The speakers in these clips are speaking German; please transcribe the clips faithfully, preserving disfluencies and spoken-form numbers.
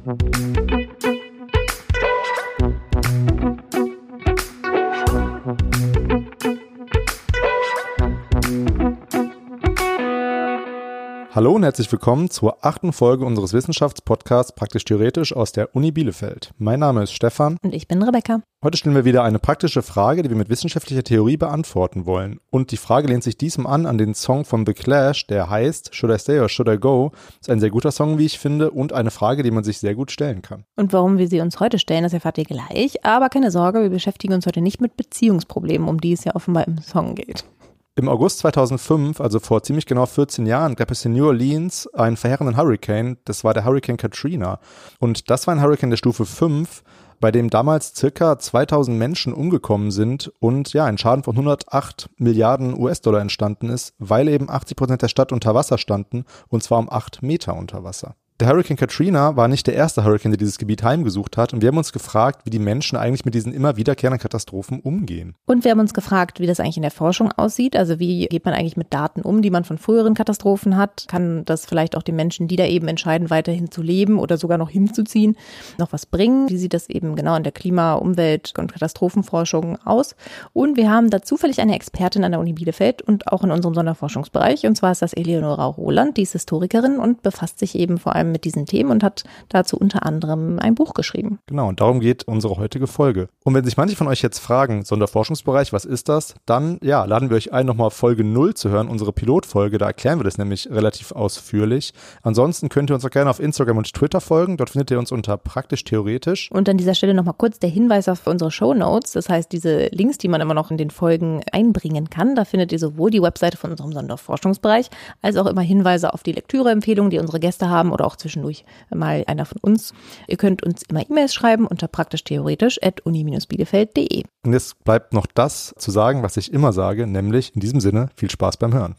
Hallo und herzlich willkommen zur achten Folge unseres Wissenschaftspodcasts Praktisch Theoretisch aus der Uni Bielefeld. Mein Name ist Stefan. Und ich bin Rebecca. Heute stellen wir wieder eine praktische Frage, die wir mit wissenschaftlicher Theorie beantworten wollen. Und die Frage lehnt sich diesmal an an den Song von The Clash, der heißt Should I Stay or Should I Go? Das ist ein sehr guter Song, wie ich finde, und eine Frage, die man sich sehr gut stellen kann. Und warum wir sie uns heute stellen, das erfahrt ihr gleich. Aber keine Sorge, wir beschäftigen uns heute nicht mit Beziehungsproblemen, um die es ja offenbar im Song geht. Im August zweitausendfünf, also vor ziemlich genau vierzehn Jahren, gab es in New Orleans einen verheerenden Hurricane. Das war der Hurricane Katrina. Und das war ein Hurricane der Stufe fünf, bei dem damals circa zweitausend Menschen umgekommen sind und ja, ein Schaden von hundertacht Milliarden U S-Dollar entstanden ist, weil eben achtzig Prozent der Stadt unter Wasser standen, und zwar um acht Meter unter Wasser. Der Hurricane Katrina war nicht der erste Hurricane, der dieses Gebiet heimgesucht hat, und wir haben uns gefragt, wie die Menschen eigentlich mit diesen immer wiederkehrenden Katastrophen umgehen. Und wir haben uns gefragt, wie das eigentlich in der Forschung aussieht, also wie geht man eigentlich mit Daten um, die man von früheren Katastrophen hat, kann das vielleicht auch den Menschen, die da eben entscheiden, weiterhin zu leben oder sogar noch hinzuziehen, noch was bringen, wie sieht das eben genau in der Klima-, Umwelt- und Katastrophenforschung aus, und wir haben da zufällig eine Expertin an der Uni Bielefeld und auch in unserem Sonderforschungsbereich, und zwar ist das Eleonora Roland, die ist Historikerin und befasst sich eben vor allem mit diesen Themen und hat dazu unter anderem ein Buch geschrieben. Genau, und darum geht unsere heutige Folge. Und wenn sich manche von euch jetzt fragen, Sonderforschungsbereich, was ist das? Dann, ja, laden wir euch ein, nochmal Folge null zu hören, unsere Pilotfolge, da erklären wir das nämlich relativ ausführlich. Ansonsten könnt ihr uns auch gerne auf Instagram und Twitter folgen, dort findet ihr uns unter Praktisch Theoretisch. Und an dieser Stelle nochmal kurz der Hinweis auf unsere Shownotes, das heißt diese Links, die man immer noch in den Folgen einbringen kann, da findet ihr sowohl die Webseite von unserem Sonderforschungsbereich, als auch immer Hinweise auf die Lektüreempfehlungen, die unsere Gäste haben oder auch zwischendurch mal einer von uns. Ihr könnt uns immer E-Mails schreiben unter praktischtheoretisch at uni Bindestrich bielefeld punkt de. Und jetzt bleibt noch das zu sagen, was ich immer sage, nämlich in diesem Sinne viel Spaß beim Hören.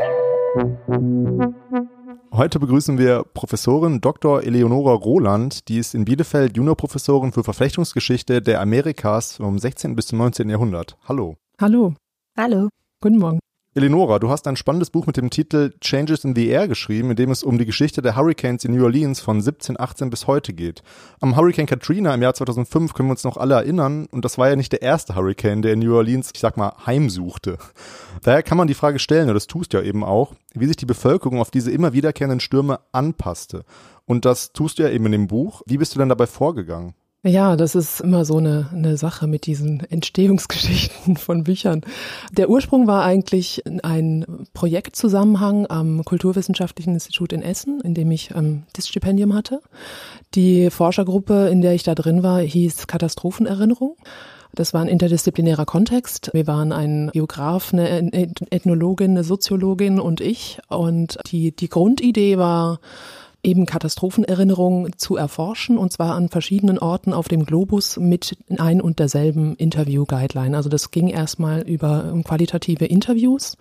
Heute begrüßen wir Professorin Doktor Eleonora Roland, die ist in Bielefeld Juniorprofessorin für Verflechtungsgeschichte der Amerikas vom sechzehnten bis zum neunzehnten Jahrhundert. Hallo. Hallo. Hallo. Guten Morgen. Eleonora, du hast ein spannendes Buch mit dem Titel Changes in the Air geschrieben, in dem es um die Geschichte der Hurricanes in New Orleans von siebzehnhundertachtzehn bis heute geht. Am Hurricane Katrina im Jahr zweitausendfünf können wir uns noch alle erinnern, und das war ja nicht der erste Hurricane, der in New Orleans, ich sag mal, heimsuchte. Daher kann man die Frage stellen, und das tust du ja eben auch, wie sich die Bevölkerung auf diese immer wiederkehrenden Stürme anpasste. Und das tust du ja eben in dem Buch. Wie bist du denn dabei vorgegangen? Ja, das ist immer so eine, eine Sache mit diesen Entstehungsgeschichten von Büchern. Der Ursprung war eigentlich ein Projektzusammenhang am Kulturwissenschaftlichen Institut in Essen, in dem ich ähm, das Stipendium hatte. Die Forschergruppe, in der ich da drin war, hieß Katastrophenerinnerung. Das war ein interdisziplinärer Kontext. Wir waren ein Geograf, eine Ethnologin, eine Soziologin und ich. Und die, die Grundidee war, eben Katastrophenerinnerungen zu erforschen, und zwar an verschiedenen Orten auf dem Globus mit ein und derselben Interview-Guideline. Also das ging erstmal über qualitative Interviews.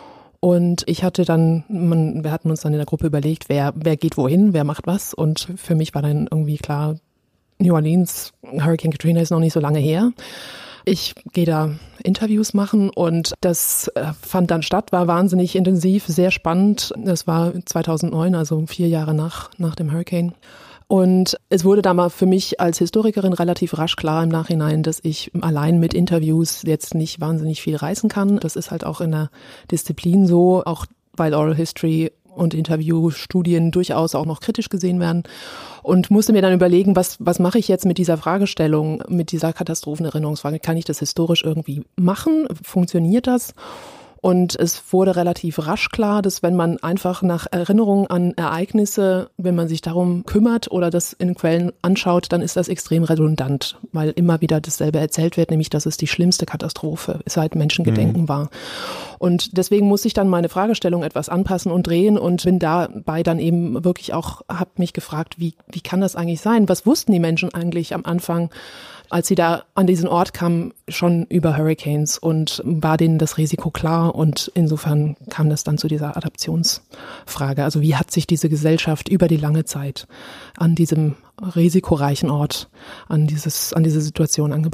Und ich hatte dann, man, wir hatten uns dann in der Gruppe überlegt, wer, wer geht wohin, wer macht was. Und für mich war dann irgendwie klar, New Orleans, Hurricane Katrina ist noch nicht so lange her. Ich gehe da Interviews machen, und das fand dann statt, war wahnsinnig intensiv, sehr spannend. Das war zweitausendneun, also vier Jahre nach, nach dem Hurricane. Und es wurde da mal für mich als Historikerin relativ rasch klar im Nachhinein, dass ich allein mit Interviews jetzt nicht wahnsinnig viel reißen kann. Das ist halt auch in der Disziplin so, auch weil Oral History und Interviewstudien durchaus auch noch kritisch gesehen werden, und musste mir dann überlegen, was was mache ich jetzt mit dieser Fragestellung, mit dieser Katastrophenerinnerungsfrage? Kann ich das historisch irgendwie machen? Funktioniert das? Und es wurde relativ rasch klar, dass wenn man einfach nach Erinnerungen an Ereignisse, wenn man sich darum kümmert oder das in Quellen anschaut, dann ist das extrem redundant, weil immer wieder dasselbe erzählt wird, nämlich dass es die schlimmste Katastrophe seit Menschengedenken mhm. war. Und deswegen muss ich dann meine Fragestellung etwas anpassen und drehen und bin dabei dann eben wirklich auch, habe mich gefragt, wie, wie kann das eigentlich sein? Was wussten die Menschen eigentlich am Anfang, als sie da an diesen Ort kamen, schon über Hurricanes, und war denen das Risiko klar, und insofern kam das dann zu dieser Adaptionsfrage. Also wie hat sich diese Gesellschaft über die lange Zeit an diesem risikoreichen Ort, an dieses, an diese Situation angepasst?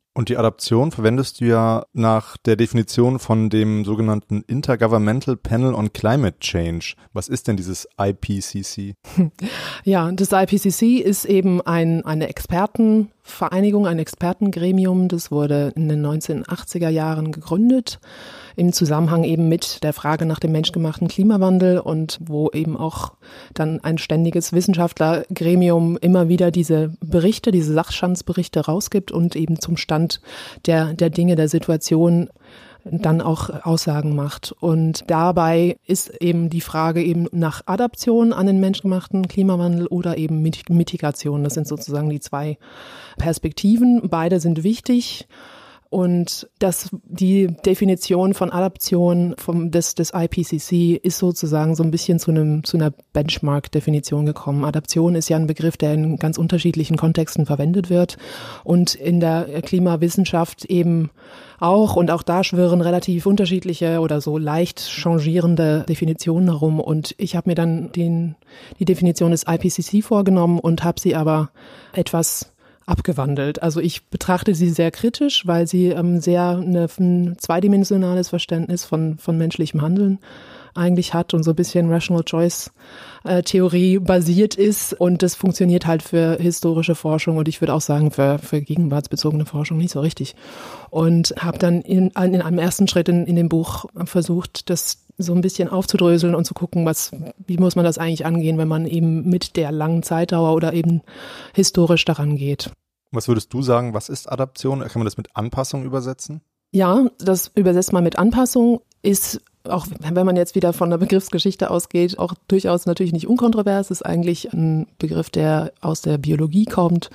Und die Adaption verwendest du ja nach der Definition von dem sogenannten Intergovernmental Panel on Climate Change. Was ist denn dieses I P C C? Ja, das I P C C ist eben ein, eine Expertenvereinigung, ein Expertengremium. Das wurde in den neunzehnhundertachtziger Jahren gegründet, im Zusammenhang eben mit der Frage nach dem menschgemachten Klimawandel und wo eben auch dann ein ständiges Wissenschaftlergremium immer wieder diese Berichte, diese Sachstandsberichte rausgibt und eben zum Stand der, der Dinge, der Situation dann auch Aussagen macht. Und dabei ist eben die Frage eben nach Adaption an den menschgemachten Klimawandel oder eben Mitigation. Das sind sozusagen die zwei Perspektiven. Beide sind wichtig. Und das, die Definition von Adaption vom, des, des I P C C ist sozusagen so ein bisschen zu einem, zu einer Benchmark-Definition gekommen. Adaption ist ja ein Begriff, der in ganz unterschiedlichen Kontexten verwendet wird und in der Klimawissenschaft eben auch. Und auch da schwirren relativ unterschiedliche oder so leicht changierende Definitionen herum. Und ich habe mir dann den, die Definition des I P C C vorgenommen und habe sie aber etwas abgewandelt. Also ich betrachte sie sehr kritisch, weil sie ähm, sehr eine, ein zweidimensionales Verständnis von, von menschlichem Handeln eigentlich hat und so ein bisschen Rational Choice äh, Theorie basiert ist. Und das funktioniert halt für historische Forschung und ich würde auch sagen für, für gegenwartsbezogene Forschung nicht so richtig. Und habe dann in, in einem ersten Schritt in, in dem Buch versucht, das so ein bisschen aufzudröseln und zu gucken, was, wie muss man das eigentlich angehen, wenn man eben mit der langen Zeitdauer oder eben historisch daran geht. Was würdest du sagen, was ist Adaption? Kann man das mit Anpassung übersetzen? Ja, das übersetzt man mit Anpassung, ist auch, wenn man jetzt wieder von der Begriffsgeschichte ausgeht, auch durchaus natürlich nicht unkontrovers, ist eigentlich ein Begriff, der aus der Biologie kommt.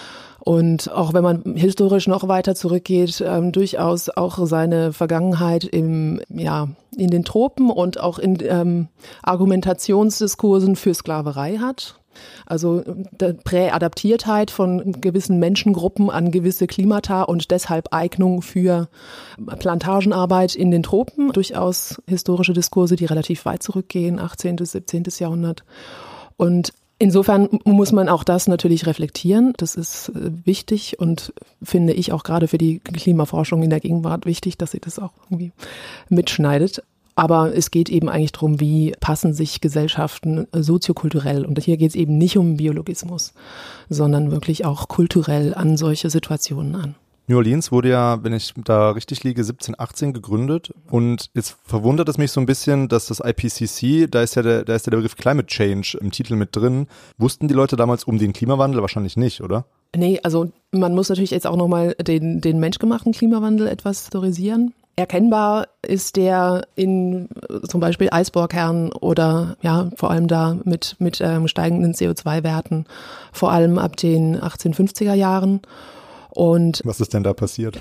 Und auch wenn man historisch noch weiter zurückgeht, ähm, durchaus auch seine Vergangenheit im, ja, in den Tropen und auch in ähm, Argumentationsdiskursen für Sklaverei hat. Also der Präadaptiertheit von gewissen Menschengruppen an gewisse Klimata und deshalb Eignung für Plantagenarbeit in den Tropen. Durchaus historische Diskurse, die relativ weit zurückgehen, achtzehntes, siebzehntes Jahrhundert. Und insofern muss man auch das natürlich reflektieren. Das ist wichtig und finde ich auch gerade für die Klimaforschung in der Gegenwart wichtig, dass sie das auch irgendwie mitschneidet. Aber es geht eben eigentlich darum, wie passen sich Gesellschaften soziokulturell. Und hier geht es eben nicht um Biologismus, sondern wirklich auch kulturell an solche Situationen an. New Orleans wurde ja, wenn ich da richtig liege, siebzehnhundertachtzehn gegründet. Und jetzt verwundert es mich so ein bisschen, dass das I P C C, da ist ja der, da ist ja der Begriff Climate Change im Titel mit drin. Wussten die Leute damals um den Klimawandel? Wahrscheinlich nicht, oder? Nee, also man muss natürlich jetzt auch nochmal den, den menschgemachten Klimawandel etwas historisieren. Erkennbar ist der in zum Beispiel Eisbohrkernen oder ja vor allem da mit, mit ähm, steigenden C O zwei Werten, vor allem ab den achtzehnhundertfünfziger Jahren. Und was ist denn da passiert?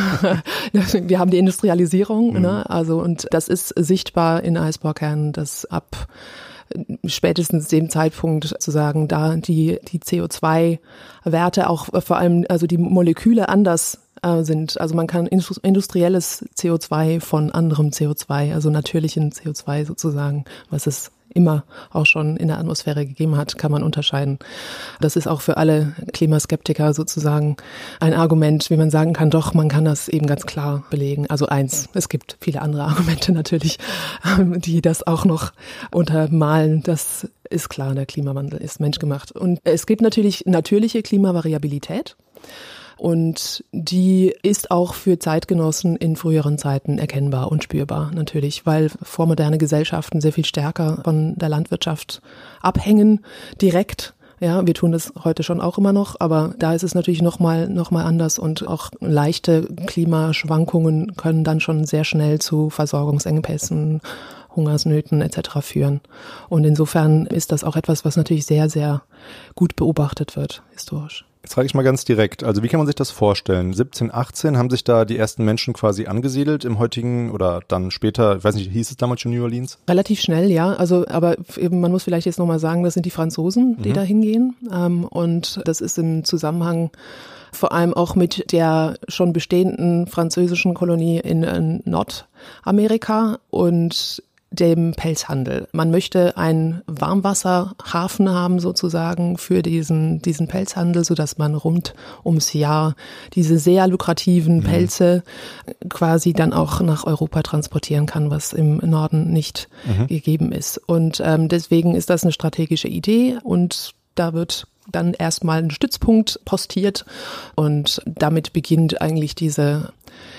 Wir haben die Industrialisierung, mhm. ne? Also und das ist sichtbar in Eisbohrkernen, dass ab spätestens dem Zeitpunkt zu sagen, da die die C O zwei Werte auch vor allem also die Moleküle anders sind. Also man kann industrielles C O zwei von anderem C O zwei, also natürlichen C O zwei sozusagen, was es immer auch schon in der Atmosphäre gegeben hat, kann man unterscheiden. Das ist auch für alle Klimaskeptiker sozusagen ein Argument, wie man sagen kann, doch, man kann das eben ganz klar belegen. Also eins, es gibt viele andere Argumente natürlich, die das auch noch untermalen. Das ist klar, der Klimawandel ist menschgemacht. Und es gibt natürlich natürliche Klimavariabilität. Und die ist auch für Zeitgenossen in früheren Zeiten erkennbar und spürbar natürlich, weil vormoderne Gesellschaften sehr viel stärker von der Landwirtschaft abhängen, direkt. Ja, wir tun das heute schon auch immer noch, aber da ist es natürlich nochmal noch mal anders und auch leichte Klimaschwankungen können dann schon sehr schnell zu Versorgungsengpässen, Hungersnöten et cetera führen. Und insofern ist das auch etwas, was natürlich sehr, sehr gut beobachtet wird, historisch. Jetzt frage ich mal ganz direkt, also wie kann man sich das vorstellen? siebzehnhundertachtzehn haben sich da die ersten Menschen quasi angesiedelt im heutigen oder dann später, ich weiß nicht, hieß es damals schon New Orleans? Relativ schnell, ja. Also, aber eben, man muss vielleicht jetzt nochmal sagen, das sind die Franzosen, die mhm. da hingehen. Ähm, und das ist im Zusammenhang vor allem auch mit der schon bestehenden französischen Kolonie in, in Nordamerika und dem Pelzhandel. Man möchte einen Warmwasserhafen haben sozusagen für diesen, diesen Pelzhandel, sodass man rund ums Jahr diese sehr lukrativen mhm. Pelze quasi dann auch nach Europa transportieren kann, was im Norden nicht mhm. gegeben ist. Und ähm, deswegen ist das eine strategische Idee und da wird dann erstmal ein Stützpunkt postiert und damit beginnt eigentlich diese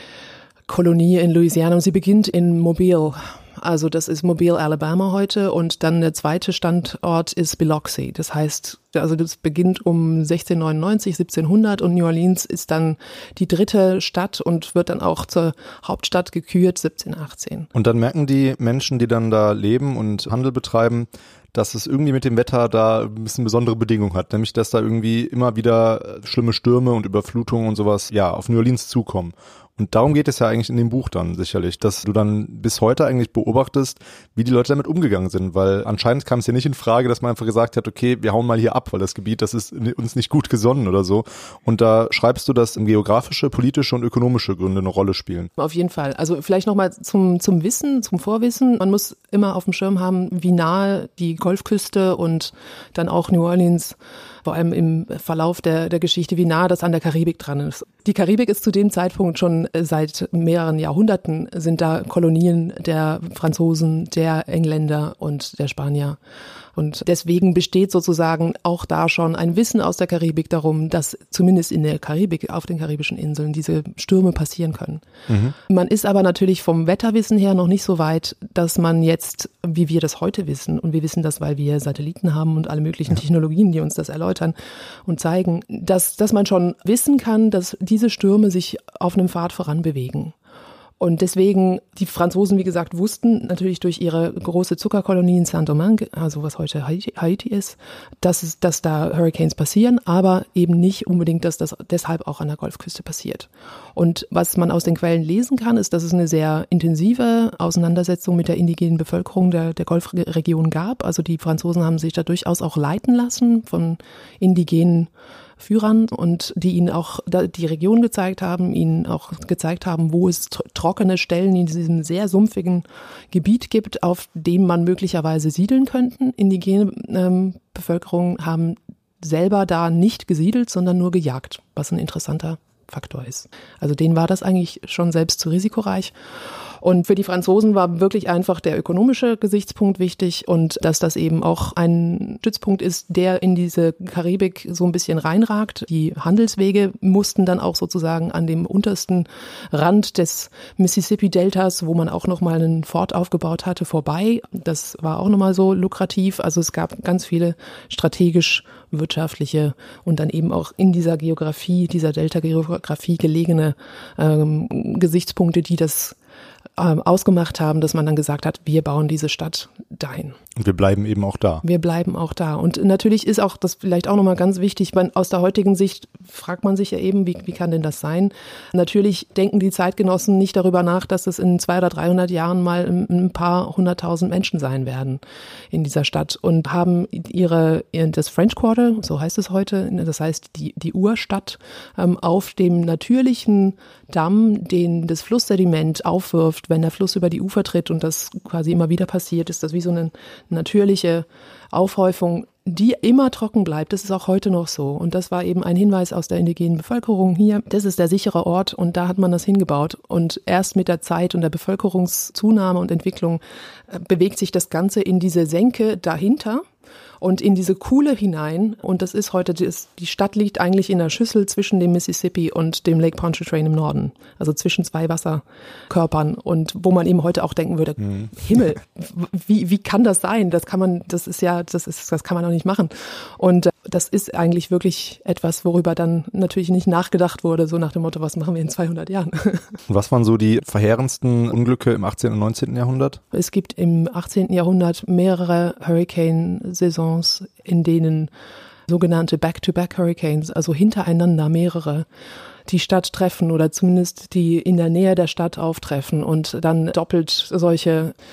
Kolonie in Louisiana und sie beginnt in Mobile. Also das ist Mobile, Alabama heute und dann der zweite Standort ist Biloxi. Das heißt, also das beginnt um sechzehnhundertneunundneunzig, siebzehnhundert und New Orleans ist dann die dritte Stadt und wird dann auch zur Hauptstadt gekürt siebzehnhundertachtzehn. Und dann merken die Menschen, die dann da leben und Handel betreiben, dass es irgendwie mit dem Wetter da ein bisschen besondere Bedingungen hat, nämlich dass da irgendwie immer wieder schlimme Stürme und Überflutungen und sowas ja auf New Orleans zukommen. Und darum geht es ja eigentlich in dem Buch dann sicherlich, dass du dann bis heute eigentlich beobachtest, wie die Leute damit umgegangen sind, weil anscheinend kam es ja nicht in Frage, dass man einfach gesagt hat, okay, wir hauen mal hier ab, weil das Gebiet, das ist uns nicht gut gesonnen oder so. Und da schreibst du, dass geografische, politische und ökonomische Gründe eine Rolle spielen. Auf jeden Fall. Also vielleicht nochmal zum, zum Wissen, zum Vorwissen. Man muss immer auf dem Schirm haben, wie nahe die Golfküste und dann auch New Orleans, vor allem im Verlauf der, der Geschichte, wie nah das an der Karibik dran ist. Die Karibik ist zu dem Zeitpunkt schon seit mehreren Jahrhunderten, sind da Kolonien der Franzosen, der Engländer und der Spanier. Und deswegen besteht sozusagen auch da schon ein Wissen aus der Karibik darum, dass zumindest in der Karibik, auf den karibischen Inseln, diese Stürme passieren können. Mhm. Man ist aber natürlich vom Wetterwissen her noch nicht so weit, dass man jetzt, wie wir das heute wissen, und wir wissen das, weil wir Satelliten haben und alle möglichen ja. Technologien, die uns das erläutern und zeigen, dass, dass man schon wissen kann, dass diese Stürme sich auf einem Pfad voran bewegen. Und deswegen, die Franzosen, wie gesagt, wussten natürlich durch ihre große Zuckerkolonie in Saint-Domingue, also was heute Haiti, Haiti ist, dass, es, dass da Hurricanes passieren, aber eben nicht unbedingt, dass das deshalb auch an der Golfküste passiert. Und was man aus den Quellen lesen kann, ist, dass es eine sehr intensive Auseinandersetzung mit der indigenen Bevölkerung der, der Golfregion gab. Also die Franzosen haben sich da durchaus auch leiten lassen von indigenen Führern und die ihnen auch die Region gezeigt haben, ihnen auch gezeigt haben, wo es trockene Stellen in diesem sehr sumpfigen Gebiet gibt, auf dem man möglicherweise siedeln könnte. Indigene ähm, Bevölkerung haben selber da nicht gesiedelt, sondern nur gejagt, was ein interessanter Faktor ist. Also denen war das eigentlich schon selbst zu risikoreich. Und für die Franzosen war wirklich einfach der ökonomische Gesichtspunkt wichtig und dass das eben auch ein Stützpunkt ist, der in diese Karibik so ein bisschen reinragt. Die Handelswege mussten dann auch sozusagen an dem untersten Rand des Mississippi-Deltas, wo man auch nochmal einen Fort aufgebaut hatte, vorbei. Das war auch nochmal so lukrativ. Also es gab ganz viele strategisch wirtschaftliche und dann eben auch in dieser Geografie, dieser Delta-Geografie gelegene ähm, Gesichtspunkte, die das ähm, ausgemacht haben, dass man dann gesagt hat, wir bauen diese Stadt dahin. Und wir bleiben eben auch da. Wir bleiben auch da. Und natürlich ist auch das vielleicht auch nochmal ganz wichtig, man, aus der heutigen Sicht fragt man sich ja eben, wie, wie kann denn das sein? Natürlich denken die Zeitgenossen nicht darüber nach, dass es in zweihundert oder dreihundert Jahren mal ein paar hunderttausend Menschen sein werden in dieser Stadt und haben ihre, das French Quarter, so heißt es heute, das heißt die, die Urstadt, ähm, auf dem natürlichen Damm, den das Flusssediment aufwirft, wenn der Fluss über die Ufer tritt und das quasi immer wieder passiert, ist das wie so eine natürliche Aufhäufung, die immer trocken bleibt. Das ist auch heute noch so. Und das war eben ein Hinweis aus der indigenen Bevölkerung hier. Das ist der sichere Ort und da hat man das hingebaut. Und erst mit der Zeit und der Bevölkerungszunahme und Entwicklung äh, bewegt sich das Ganze in diese Senke dahinter und in diese Kuhle hinein. Und das ist heute, die Stadt liegt eigentlich in der Schüssel zwischen dem Mississippi und dem Lake Pontchartrain im Norden. Also zwischen zwei Wasserkörpern. Und wo man eben heute auch denken würde, mhm. Himmel, wie, wie kann das sein? Das kann man, das ist ja, das ist, das kann man auch nicht machen. Und das ist eigentlich wirklich etwas, worüber dann natürlich nicht nachgedacht wurde, so nach dem Motto, was machen wir in zweihundert Jahren? Was waren so die verheerendsten Unglücke im achtzehnten und neunzehnten Jahrhundert? Es gibt im achtzehnten Jahrhundert mehrere Hurricane-Saisons, in denen sogenannte Back-to-Back-Hurricanes, also hintereinander mehrere, die Stadt treffen oder zumindest die in der Nähe der Stadt auftreffen und dann doppelt solche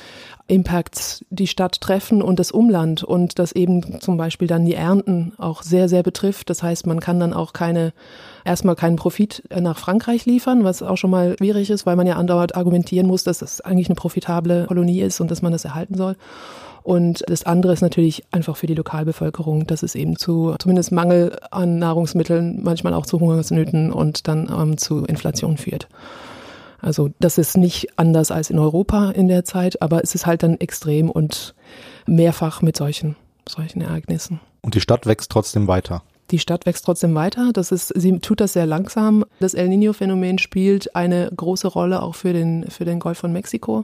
Impacts die Stadt treffen und das Umland und das eben zum Beispiel dann die Ernten auch sehr, sehr betrifft. Das heißt, man kann dann auch keine, erstmal keinen Profit nach Frankreich liefern, was auch schon mal schwierig ist, weil man ja andauernd argumentieren muss, dass das eigentlich eine profitable Kolonie ist und dass man das erhalten soll. Und das andere ist natürlich einfach für die Lokalbevölkerung, dass es eben zu zumindest Mangel an Nahrungsmitteln, manchmal auch zu Hungersnöten und dann ähm, zu Inflation führt. Also das ist nicht anders als in Europa in der Zeit, aber es ist halt dann extrem und mehrfach mit solchen, solchen Ereignissen. Und die Stadt wächst trotzdem weiter? Die Stadt wächst trotzdem weiter. Das ist, sie tut das sehr langsam. Das El Niño-Phänomen spielt eine große Rolle auch für den, für den Golf von Mexiko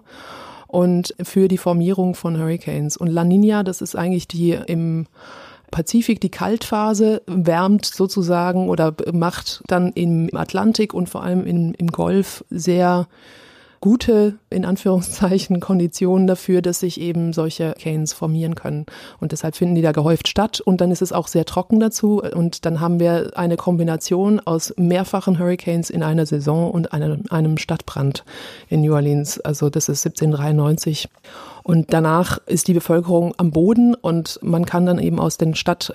und für die Formierung von Hurricanes. Und La Niña, das ist eigentlich die im Pazifik, die Kaltphase, wärmt sozusagen oder macht dann im Atlantik und vor allem im, im Golf sehr gute, in Anführungszeichen, Konditionen dafür, dass sich eben solche Hurricanes formieren können. Und deshalb finden die da gehäuft statt. Und dann ist es auch sehr trocken dazu. Und dann haben wir eine Kombination aus mehrfachen Hurricanes in einer Saison und einem, einem Stadtbrand in New Orleans. Also das ist siebzehnhundertdreiundneunzig. Und danach ist die Bevölkerung am Boden und man kann dann eben aus den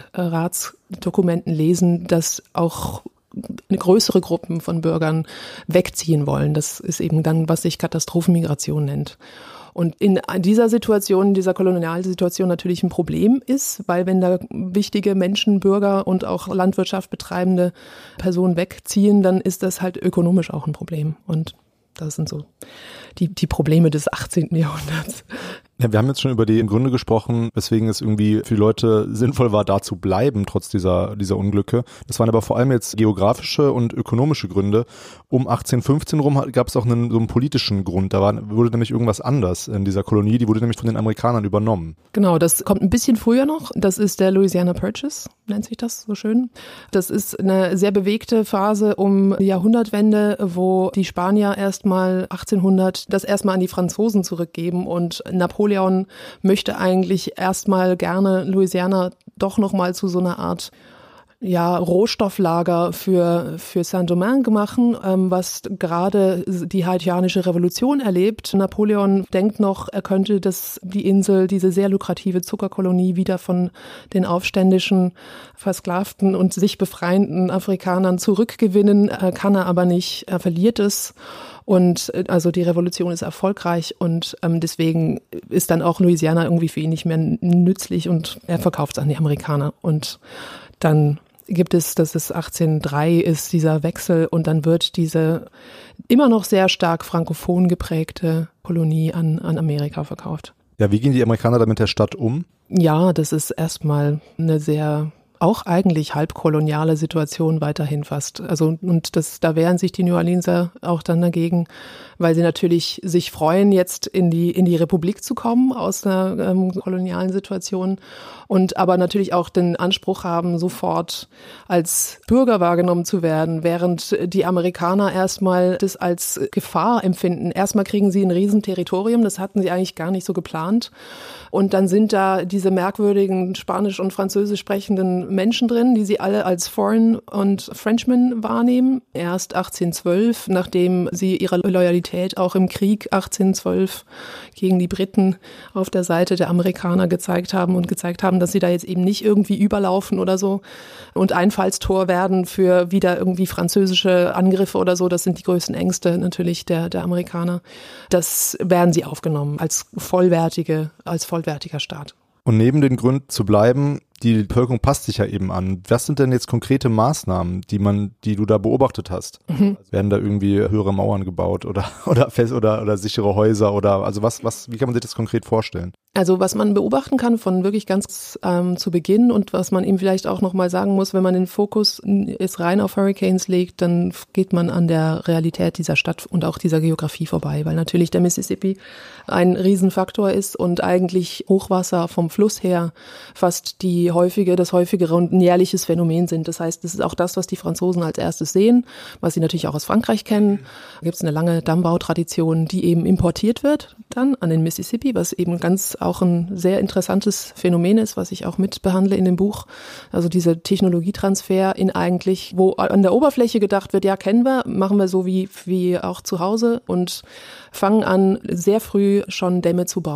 Stadtratsdokumenten lesen, dass auch eine größere Gruppen von Bürgern wegziehen wollen. Das ist eben dann, was sich Katastrophenmigration nennt. Und in dieser Situation, in dieser Kolonialsituation natürlich ein Problem ist, weil wenn da wichtige Menschen, Bürger und auch Landwirtschaft betreibende Personen wegziehen, dann ist das halt ökonomisch auch ein Problem. Und das sind so die, die Probleme des achtzehnten Jahrhunderts. Ja, wir haben jetzt schon über die Gründe gesprochen, weswegen es irgendwie für die Leute sinnvoll war, da zu bleiben, trotz dieser, dieser Unglücke. Das waren aber vor allem jetzt geografische und ökonomische Gründe. Um achtzehnhundertfünfzehn rum gab es auch einen, so einen politischen Grund. Da war, wurde nämlich irgendwas anders in dieser Kolonie. Die wurde nämlich von den Amerikanern übernommen. Genau, das kommt ein bisschen früher noch. Das ist der Louisiana Purchase, nennt sich das so schön. Das ist eine sehr bewegte Phase um die Jahrhundertwende, wo die Spanier erstmal achtzehnhundert das erstmal an die Franzosen zurückgeben und Napoleon Napoleon möchte eigentlich erstmal gerne Louisiana doch nochmal zu so einer Art ja, Rohstofflager für, für Saint-Domingue machen, ähm, was gerade die haitianische Revolution erlebt. Napoleon denkt noch, er könnte das, die Insel, diese sehr lukrative Zuckerkolonie wieder von den aufständischen, versklavten und sich befreienden Afrikanern zurückgewinnen, äh, kann er aber nicht, er verliert es. Und also die Revolution ist erfolgreich und ähm, deswegen ist dann auch Louisiana irgendwie für ihn nicht mehr nützlich und er verkauft es an die Amerikaner. Und dann gibt es, dass es achtzehnhundertdrei ist, dieser Wechsel und dann wird diese immer noch sehr stark frankophon geprägte Kolonie an, an Amerika verkauft. Ja, wie gehen die Amerikaner da mit der Stadt um? Ja, das ist erstmal eine sehr auch eigentlich halbkoloniale Situation weiterhin fast. Also und das, da wehren sich die New Orleanser auch dann dagegen, weil sie natürlich sich freuen, jetzt in die in die Republik zu kommen aus einer ähm, kolonialen Situation und aber natürlich auch den Anspruch haben, sofort als Bürger wahrgenommen zu werden, während die Amerikaner erstmal das als Gefahr empfinden. Erstmal kriegen sie ein Riesenterritorium, das hatten sie eigentlich gar nicht so geplant. Und dann sind da diese merkwürdigen Spanisch- und Französisch sprechenden Menschen drin, die sie alle als Foreign und Frenchmen wahrnehmen. Erst achtzehnhundertzwölf, nachdem sie ihre Loyalität auch im Krieg achtzehnhundertzwölf gegen die Briten auf der Seite der Amerikaner gezeigt haben und gezeigt haben, dass sie da jetzt eben nicht irgendwie überlaufen oder so und Einfallstor werden für wieder irgendwie französische Angriffe oder so. Das sind die größten Ängste natürlich der, der Amerikaner. Das werden sie aufgenommen als vollwertige, als vollwertiger Staat. Und neben den Gründen zu bleiben, die Bevölkerung passt sich ja eben an. Was sind denn jetzt konkrete Maßnahmen, die man, die du da beobachtet hast? Mhm. Also werden da irgendwie höhere Mauern gebaut oder oder fest oder oder sichere Häuser oder also was was wie kann man sich das konkret vorstellen? Also was man beobachten kann von wirklich ganz ähm, zu Beginn und was man eben vielleicht auch nochmal sagen muss, wenn man den Fokus jetzt rein auf Hurricanes legt, dann geht man an der Realität dieser Stadt und auch dieser Geografie vorbei, weil natürlich der Mississippi ein Riesenfaktor ist und eigentlich Hochwasser vom Fluss her fast die häufige, das häufigere und ein jährliches Phänomen sind. Das heißt, das ist auch das, was die Franzosen als erstes sehen, was sie natürlich auch aus Frankreich kennen. Da gibt es eine lange Dammbautradition, die eben importiert wird dann an den Mississippi, was eben ganz auch ein sehr interessantes Phänomen ist, was ich auch mit behandle in dem Buch. Also dieser Technologietransfer in eigentlich, wo an der Oberfläche gedacht wird, ja, kennen wir, machen wir so wie, wie auch zu Hause und fangen an, sehr früh schon Dämme zu bauen.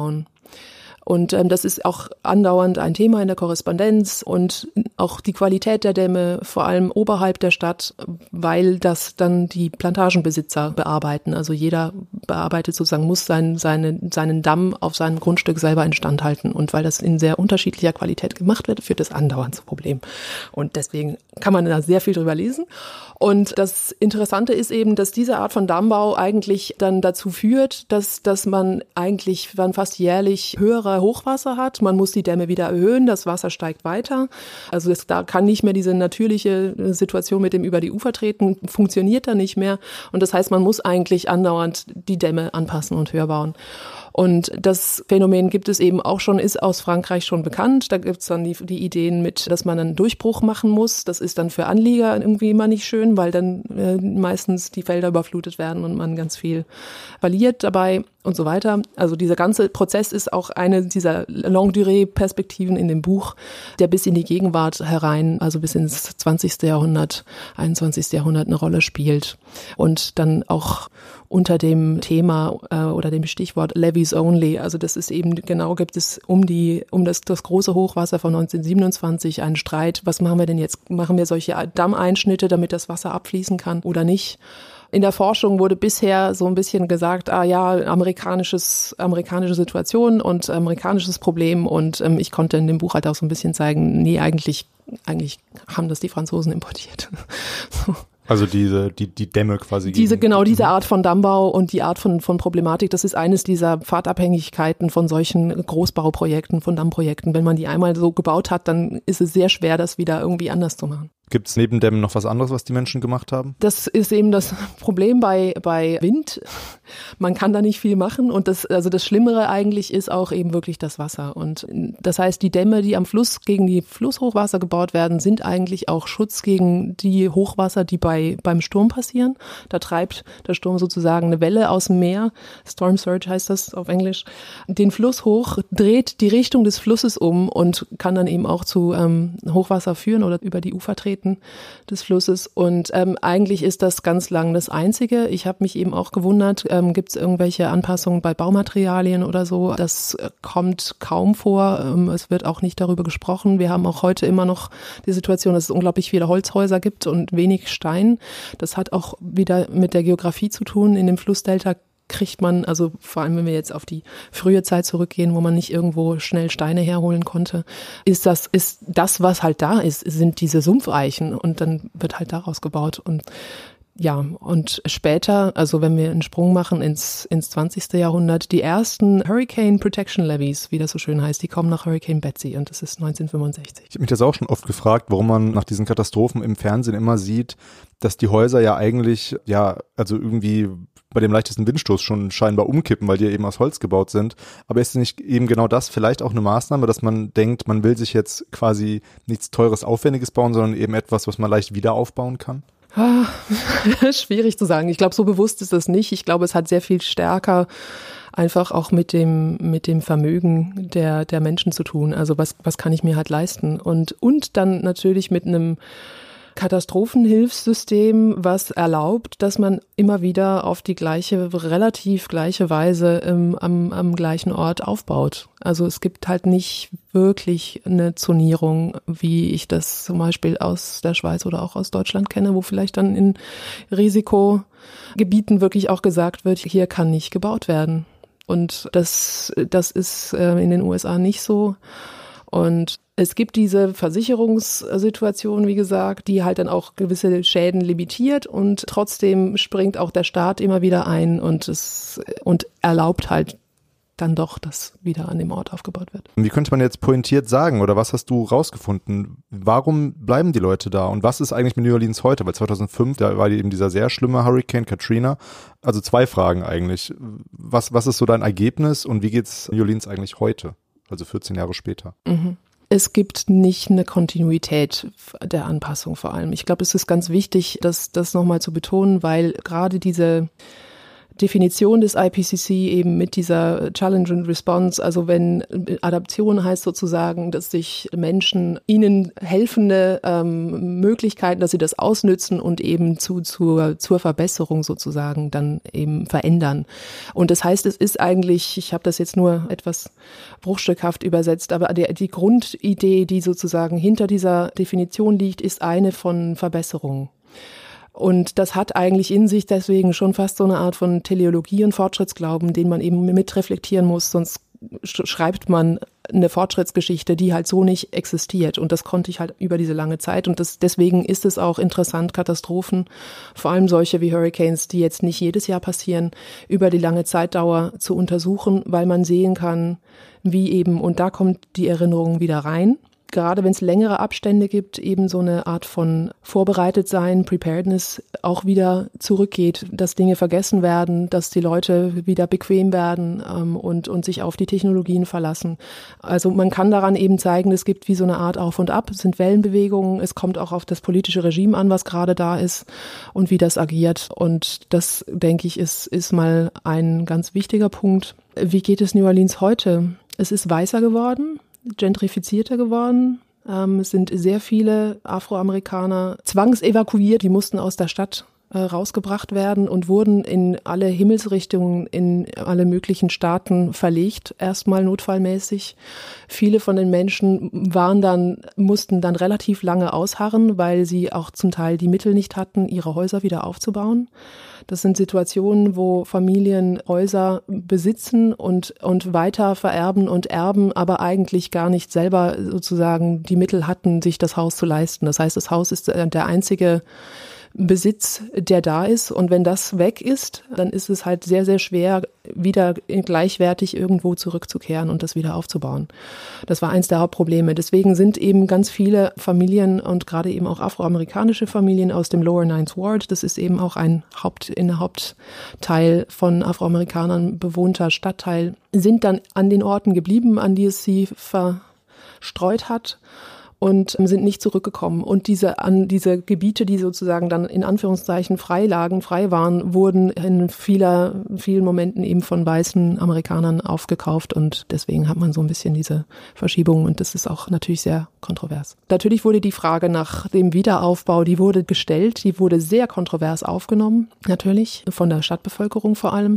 Und ähm, das ist auch andauernd ein Thema in der Korrespondenz und auch die Qualität der Dämme, vor allem oberhalb der Stadt, weil das dann die Plantagenbesitzer bearbeiten. Also jeder bearbeitet sozusagen, muss sein, seine, seinen Damm auf seinem Grundstück selber instand halten. Und weil das in sehr unterschiedlicher Qualität gemacht wird, führt das andauernd zu Problemen. Und deswegen kann man da sehr viel drüber lesen. Und das Interessante ist eben, dass diese Art von Dammbau eigentlich dann dazu führt, dass, dass man eigentlich dann fast jährlich höhere Hochwasser hat. Man muss die Dämme wieder erhöhen, das Wasser steigt weiter. Also das, da kann nicht mehr diese natürliche Situation mit dem über die Ufer treten, funktioniert da nicht mehr. Und das heißt, man muss eigentlich andauernd die Dämme anpassen und höher bauen. Und das Phänomen gibt es eben auch schon, ist aus Frankreich schon bekannt. Da gibt es dann die, die Ideen mit, dass man einen Durchbruch machen muss. Das ist dann für Anlieger irgendwie immer nicht schön, weil dann äh, meistens die Felder überflutet werden und man ganz viel verliert dabei und so weiter. Also dieser ganze Prozess ist auch eine dieser Longue-Durée-Perspektiven in dem Buch, der bis in die Gegenwart herein, also bis ins zwanzigste Jahrhundert, einundzwanzigste Jahrhundert eine Rolle spielt. Und dann auch unter dem Thema äh, oder dem Stichwort Levees Only, also das ist eben genau, gibt es um die um das das große Hochwasser von neunzehnhundertsiebenundzwanzig einen Streit, was machen wir denn jetzt, machen wir solche Dammeinschnitte, damit das Wasser abfließen kann oder nicht? In der Forschung wurde bisher so ein bisschen gesagt, ah ja, amerikanisches, amerikanische Situation und amerikanisches Problem, und ähm, ich konnte in dem Buch halt auch so ein bisschen zeigen, nee, eigentlich, eigentlich haben das die Franzosen importiert. So. Also diese, die, die Dämme quasi. Diese, genau, diese Art von Dammbau und die Art von, von Problematik, das ist eines dieser Pfadabhängigkeiten von solchen Großbauprojekten, von Dammprojekten. Wenn man die einmal so gebaut hat, dann ist es sehr schwer, das wieder irgendwie anders zu machen. Gibt es neben Dämmen noch was anderes, was die Menschen gemacht haben? Das ist eben das Problem bei, bei Wind. Man kann da nicht viel machen, und das, also das Schlimmere eigentlich ist auch eben wirklich das Wasser. Und das heißt, die Dämme, die am Fluss gegen die Flusshochwasser gebaut werden, sind eigentlich auch Schutz gegen die Hochwasser, die bei, beim Sturm passieren. Da treibt der Sturm sozusagen eine Welle aus dem Meer, Storm Surge heißt das auf Englisch, den Fluss hoch, dreht die Richtung des Flusses um und kann dann eben auch zu ähm, Hochwasser führen oder über die Ufer treten des Flusses. Und ähm, eigentlich ist das ganz lang das Einzige. Ich habe mich eben auch gewundert, ähm, gibt es irgendwelche Anpassungen bei Baumaterialien oder so? Das äh, kommt kaum vor. Ähm, es wird auch nicht darüber gesprochen. Wir haben auch heute immer noch die Situation, dass es unglaublich viele Holzhäuser gibt und wenig Stein. Das hat auch wieder mit der Geografie zu tun. In dem Flussdelta kriegt man, also vor allem wenn wir jetzt auf die frühe Zeit zurückgehen, wo man nicht irgendwo schnell Steine herholen konnte, ist das, ist das, was halt da ist, sind diese Sumpfeichen, und dann wird halt daraus gebaut. Und ja, und später, also wenn wir einen Sprung machen ins, ins zwanzigste Jahrhundert, die ersten Hurricane Protection Levees, wie das so schön heißt, die kommen nach Hurricane Betsy, und das ist neunzehnhundertfünfundsechzig. Ich habe mich das auch schon oft gefragt, warum man nach diesen Katastrophen im Fernsehen immer sieht, dass die Häuser ja eigentlich, ja, also irgendwie bei dem leichtesten Windstoß schon scheinbar umkippen, weil die ja eben aus Holz gebaut sind. Aber ist nicht eben genau das vielleicht auch eine Maßnahme, dass man denkt, man will sich jetzt quasi nichts Teures, Aufwendiges bauen, sondern eben etwas, was man leicht wieder aufbauen kann? Ah, schwierig zu sagen. Ich glaube, so bewusst ist das nicht. Ich glaube, es hat sehr viel stärker einfach auch mit dem mit dem Vermögen der der Menschen zu tun. Also was was kann ich mir halt leisten? Und und dann natürlich mit einem Katastrophenhilfssystem, was erlaubt, dass man immer wieder auf die gleiche, relativ gleiche Weise ähm, am, am gleichen Ort aufbaut. Also es gibt halt nicht wirklich eine Zonierung, wie ich das zum Beispiel aus der Schweiz oder auch aus Deutschland kenne, wo vielleicht dann in Risikogebieten wirklich auch gesagt wird, hier kann nicht gebaut werden. Und das, das ist äh, in den U S A nicht so. Und es gibt diese Versicherungssituation, wie gesagt, die halt dann auch gewisse Schäden limitiert, und trotzdem springt auch der Staat immer wieder ein und es und erlaubt halt dann doch, dass wieder an dem Ort aufgebaut wird. Wie könnte man jetzt pointiert sagen, oder was hast du rausgefunden? Warum bleiben die Leute da? Und was ist eigentlich mit New Orleans heute? Weil zweitausendfünf, da war eben dieser sehr schlimme Hurricane Katrina. Also zwei Fragen eigentlich. Was, was ist so dein Ergebnis und wie geht's New Orleans eigentlich heute? Also vierzehn Jahre später. Mhm. Es gibt nicht eine Kontinuität der Anpassung vor allem. Ich glaube, es ist ganz wichtig, das, das nochmal zu betonen, weil gerade diese Definition des I P C C eben mit dieser Challenge and Response, also wenn Adaption heißt sozusagen, dass sich Menschen ihnen helfende ähm, Möglichkeiten, dass sie das ausnützen und eben zu, zur, zur Verbesserung sozusagen dann eben verändern. Und das heißt, es ist eigentlich, ich habe das jetzt nur etwas bruchstückhaft übersetzt, aber die, die Grundidee, die sozusagen hinter dieser Definition liegt, ist eine von Verbesserung. Und das hat eigentlich in sich deswegen schon fast so eine Art von Teleologie und Fortschrittsglauben, den man eben mitreflektieren muss, sonst schreibt man eine Fortschrittsgeschichte, die halt so nicht existiert. Und das konnte ich halt über diese lange Zeit. Und das, deswegen ist es auch interessant, Katastrophen, vor allem solche wie Hurricanes, die jetzt nicht jedes Jahr passieren, über die lange Zeitdauer zu untersuchen, weil man sehen kann, wie eben, und da kommt die Erinnerung wieder rein, gerade wenn es längere Abstände gibt, eben so eine Art von Vorbereitetsein, Preparedness auch wieder zurückgeht, dass Dinge vergessen werden, dass die Leute wieder bequem werden ähm, und, und sich auf die Technologien verlassen. Also man kann daran eben zeigen, es gibt wie so eine Art Auf und Ab, es sind Wellenbewegungen, es kommt auch auf das politische Regime an, was gerade da ist und wie das agiert. Und das, denke ich, ist, ist mal ein ganz wichtiger Punkt. Wie geht es New Orleans heute? Es ist weißer geworden, gentrifizierter geworden. Ähm, es sind sehr viele Afroamerikaner zwangsevakuiert, die mussten aus der Stadt äh, rausgebracht werden und wurden in alle Himmelsrichtungen, in alle möglichen Staaten verlegt, erstmal notfallmäßig. Viele von den Menschen waren dann, mussten dann relativ lange ausharren, weil sie auch zum Teil die Mittel nicht hatten, ihre Häuser wieder aufzubauen. Das sind Situationen, wo Familien Häuser besitzen und, und weiter vererben und erben, aber eigentlich gar nicht selber sozusagen die Mittel hatten, sich das Haus zu leisten. Das heißt, das Haus ist der einzige Besitz, der da ist. Und wenn das weg ist, dann ist es halt sehr, sehr schwer, wieder gleichwertig irgendwo zurückzukehren und das wieder aufzubauen. Das war eins der Hauptprobleme. Deswegen sind eben ganz viele Familien und gerade eben auch afroamerikanische Familien aus dem Lower Ninth Ward, das ist eben auch ein Haupt, in der Hauptteil von Afroamerikanern bewohnter Stadtteil, sind dann an den Orten geblieben, an die es sie verstreut hat, und sind nicht zurückgekommen. Und diese, an diese Gebiete, die sozusagen dann in Anführungszeichen frei lagen, frei waren, wurden in vieler, vielen Momenten eben von weißen Amerikanern aufgekauft. Und deswegen hat man so ein bisschen diese Verschiebung. Und das ist auch natürlich sehr kontrovers. Natürlich wurde die Frage nach dem Wiederaufbau, die wurde gestellt, die wurde sehr kontrovers aufgenommen, natürlich, von der Stadtbevölkerung vor allem.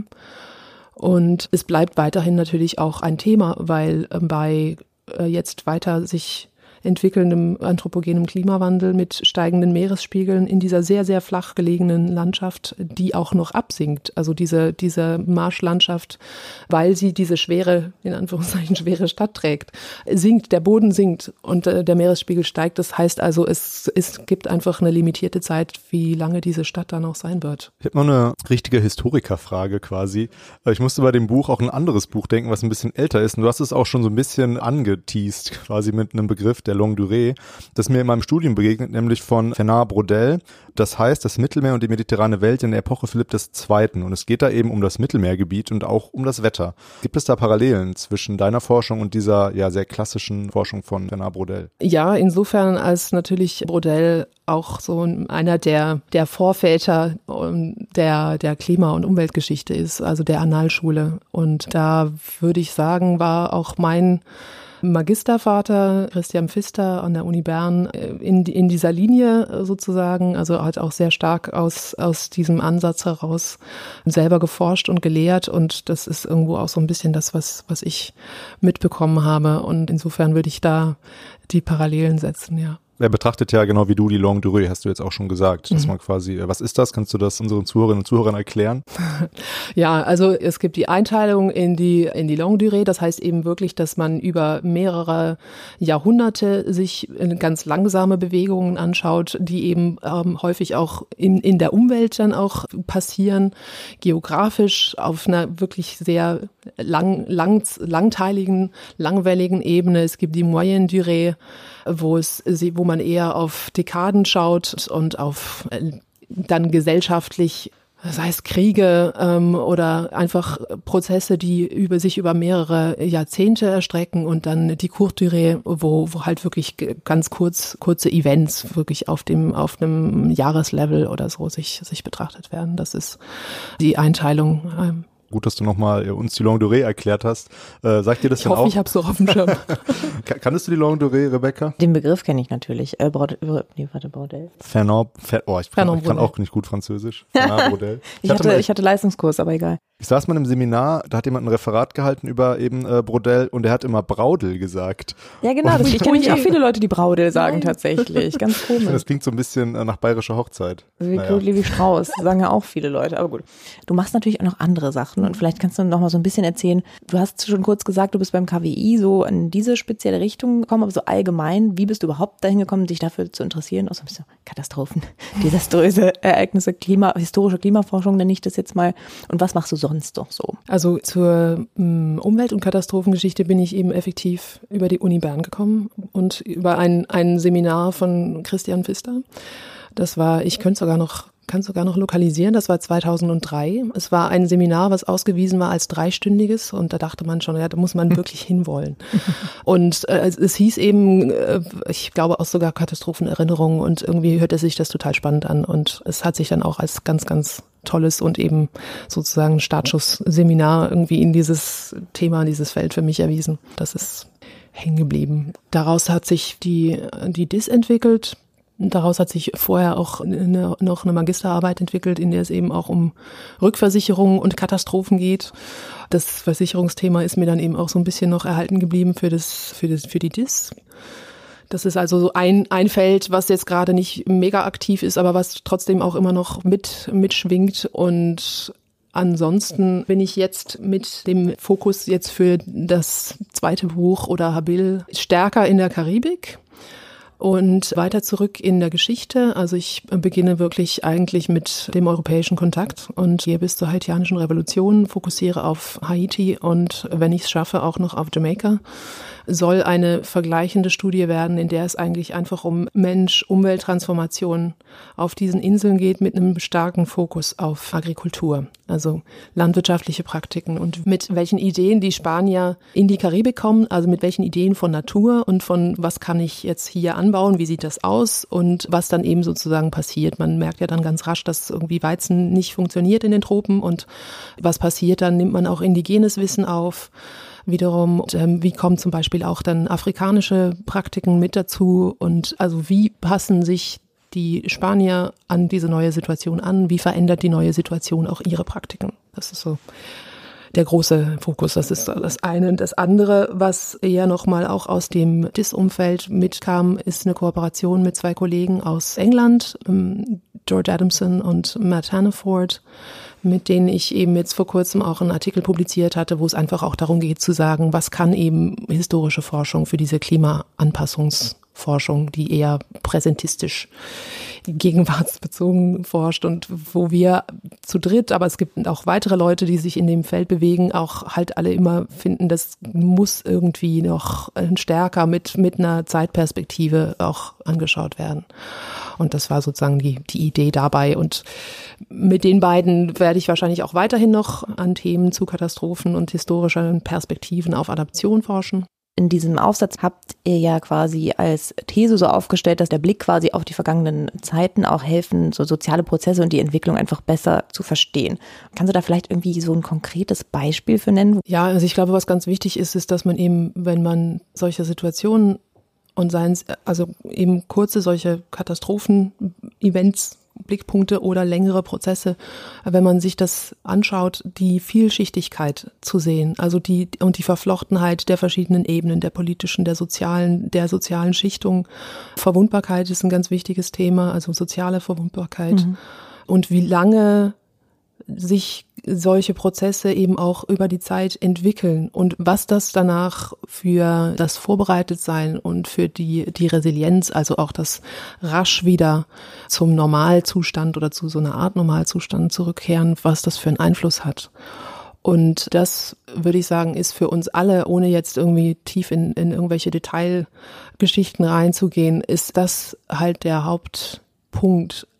Und es bleibt weiterhin natürlich auch ein Thema, weil bei äh, jetzt weiter sich entwickelndem anthropogenem Klimawandel mit steigenden Meeresspiegeln in dieser sehr, sehr flach gelegenen Landschaft, die auch noch absinkt. Also diese, diese Marschlandschaft, weil sie diese schwere, in Anführungszeichen schwere Stadt trägt, sinkt, der Boden sinkt und äh, der Meeresspiegel steigt. Das heißt also, es, es gibt einfach eine limitierte Zeit, wie lange diese Stadt dann noch sein wird. Ich habe noch eine richtige Historikerfrage quasi. Ich musste bei dem Buch auch ein anderes Buch denken, was ein bisschen älter ist. Und du hast es auch schon so ein bisschen angeteased, quasi mit einem Begriff, der Longue Durée, das mir in meinem Studium begegnet, nämlich von Fernand Braudel. Das heißt, das Mittelmeer und die mediterrane Welt in der Epoche Philipp der Zweiten. Und es geht da eben um das Mittelmeergebiet und auch um das Wetter. Gibt es da Parallelen zwischen deiner Forschung und dieser ja sehr klassischen Forschung von Fernand Braudel? Ja, insofern als natürlich Braudel auch so einer der, der Vorväter der, der Klima- und Umweltgeschichte ist, also der Annalschule. Und da würde ich sagen, war auch mein Magistervater Christian Pfister an der Uni Bern in, in dieser Linie sozusagen, also hat auch sehr stark aus, aus diesem Ansatz heraus selber geforscht und gelehrt, und das ist irgendwo auch so ein bisschen das, was, was ich mitbekommen habe, und insofern würde ich da die Parallelen setzen, ja. Er betrachtet ja genau wie du die Longue Durée, hast du jetzt auch schon gesagt, dass mhm. man quasi, was ist das? Kannst du das unseren Zuhörerinnen und Zuhörern erklären? Ja, also es gibt die Einteilung in die in die Longue Durée, das heißt eben wirklich, dass man über mehrere Jahrhunderte sich ganz langsame Bewegungen anschaut, die eben ähm, häufig auch in in der Umwelt dann auch passieren, geografisch auf einer wirklich sehr lang, lang langteiligen, langwelligen Ebene. Es gibt die Moyenne Durée, wo es, wo man eher auf Dekaden schaut und auf dann gesellschaftlich sei es Kriege ähm, oder einfach Prozesse, die über sich über mehrere Jahrzehnte erstrecken und dann die Courte Durée, wo, wo halt wirklich ganz kurz kurze Events wirklich auf dem auf einem Jahreslevel oder so sich sich betrachtet werden. Das ist die Einteilung. Ähm, Gut, dass du nochmal uns die Longue Durée erklärt hast. Äh, sagt dir das ich denn hoffe, auch? ich habe es noch auf dem Schirm. Kanntest du die Longue Durée, Rebecca? Den Begriff kenne ich natürlich. Äh, Braud- nee, warte, Bordell. Fernand, Fer- oh, ich, kann, ich kann auch nicht gut Französisch. Fernand Bordell. Ich, ich, hatte, mal, ich hatte Leistungskurs, aber egal. Ich saß mal im Seminar, da hat jemand ein Referat gehalten über eben äh, Brodell und der hat immer Braudel gesagt. Ja, genau. Das, ich kenne nämlich auch viele Leute, die Braudel sagen. Nein. Tatsächlich. Ganz komisch. Das klingt so ein bisschen äh, nach bayerischer Hochzeit. Wie naja. Claude Lévi-Strauss, sagen ja auch viele Leute. Aber gut. Du machst natürlich auch noch andere Sachen und vielleicht kannst du noch mal so ein bisschen erzählen. Du hast schon kurz gesagt, du bist beim K W I so in diese spezielle Richtung gekommen, aber so allgemein, wie bist du überhaupt dahin gekommen, dich dafür zu interessieren? Außer ein bisschen Katastrophen, desaströse Ereignisse, Klima, historische Klimaforschung nenne ich das jetzt mal. Und was machst du sonst doch so? Also zur um, Umwelt- und Katastrophengeschichte bin ich eben effektiv über die Uni Bern gekommen und über ein, ein Seminar von Christian Pfister. Das war, ich könnte sogar noch kann sogar noch lokalisieren, das war zweitausenddrei. Es war ein Seminar, was ausgewiesen war als dreistündiges und da dachte man schon, ja, da muss man wirklich hinwollen. Und äh, es hieß eben, äh, ich glaube auch sogar Katastrophenerinnerungen und irgendwie hörte sich das total spannend an und es hat sich dann auch als ganz, ganz tolles und eben sozusagen Startschussseminar irgendwie in dieses Thema, in dieses Feld für mich erwiesen. Das ist hängen geblieben. Daraus hat sich die, die D I S entwickelt. Daraus hat sich vorher auch eine, noch eine Magisterarbeit entwickelt, in der es eben auch um Rückversicherungen und Katastrophen geht. Das Versicherungsthema ist mir dann eben auch so ein bisschen noch erhalten geblieben für das, für das, für die D I S. Das ist also so ein, ein Feld, was jetzt gerade nicht mega aktiv ist, aber was trotzdem auch immer noch mit, mitschwingt. Und ansonsten bin ich jetzt mit dem Fokus jetzt für das zweite Buch oder Habil stärker in der Karibik. Und weiter zurück in der Geschichte, also ich beginne wirklich eigentlich mit dem europäischen Kontakt und gehe bis zur haitianischen Revolution, fokussiere auf Haiti und wenn ich es schaffe, auch noch auf Jamaika. Soll eine vergleichende Studie werden, in der es eigentlich einfach um Mensch-Umwelt-Transformation auf diesen Inseln geht mit einem starken Fokus auf Agrikultur, also landwirtschaftliche Praktiken und mit welchen Ideen die Spanier in die Karibik kommen, also mit welchen Ideen von Natur und von was kann ich jetzt hier anbauen, wie sieht das aus und was dann eben sozusagen passiert. Man merkt ja dann ganz rasch, dass irgendwie Weizen nicht funktioniert in den Tropen und was passiert, dann nimmt man auch indigenes Wissen auf. Wiederum, ähm, wie kommen zum Beispiel auch dann afrikanische Praktiken mit dazu und also wie passen sich die Spanier an diese neue Situation an, wie verändert die neue Situation auch ihre Praktiken? Das ist so der große Fokus, das ist das eine. Und das andere, was eher nochmal auch aus dem D I S-Umfeld mitkam, ist eine Kooperation mit zwei Kollegen aus England, George Adamson und Matt Hannaford, mit denen ich eben jetzt vor kurzem auch einen Artikel publiziert hatte, wo es einfach auch darum geht zu sagen, was kann eben historische Forschung für diese Klimaanpassungsforschung, die eher präsentistisch gegenwartsbezogen forscht und wo wir zu dritt, aber es gibt auch weitere Leute, die sich in dem Feld bewegen, auch halt alle immer finden, das muss irgendwie noch stärker mit, mit einer Zeitperspektive auch angeschaut werden. Und das war sozusagen die, die Idee dabei. Und mit den beiden werde ich wahrscheinlich auch weiterhin noch an Themen zu Katastrophen und historischen Perspektiven auf Adaption forschen. In diesem Aufsatz habt ihr ja quasi als These so aufgestellt, dass der Blick quasi auf die vergangenen Zeiten auch helfen, so soziale Prozesse und die Entwicklung einfach besser zu verstehen. Kannst du da vielleicht irgendwie so ein konkretes Beispiel für nennen? Ja, also ich glaube, was ganz wichtig ist, ist, dass man eben, wenn man solche Situationen und seien es also eben kurze solche Katastrophen-Events, Blickpunkte oder längere Prozesse, wenn man sich das anschaut, die Vielschichtigkeit zu sehen, also die und die Verflochtenheit der verschiedenen Ebenen, der politischen, der sozialen, der sozialen Schichtung. Verwundbarkeit ist ein ganz wichtiges Thema, also soziale Verwundbarkeit. Mhm. Und wie lange sich solche Prozesse eben auch über die Zeit entwickeln und was das danach für das Vorbereitetsein und für die, die Resilienz, also auch das rasch wieder zum Normalzustand oder zu so einer Art Normalzustand zurückkehren, was das für einen Einfluss hat. Und das, würde ich sagen, ist für uns alle, ohne jetzt irgendwie tief in, in irgendwelche Detailgeschichten reinzugehen, ist das halt der Hauptpunkt,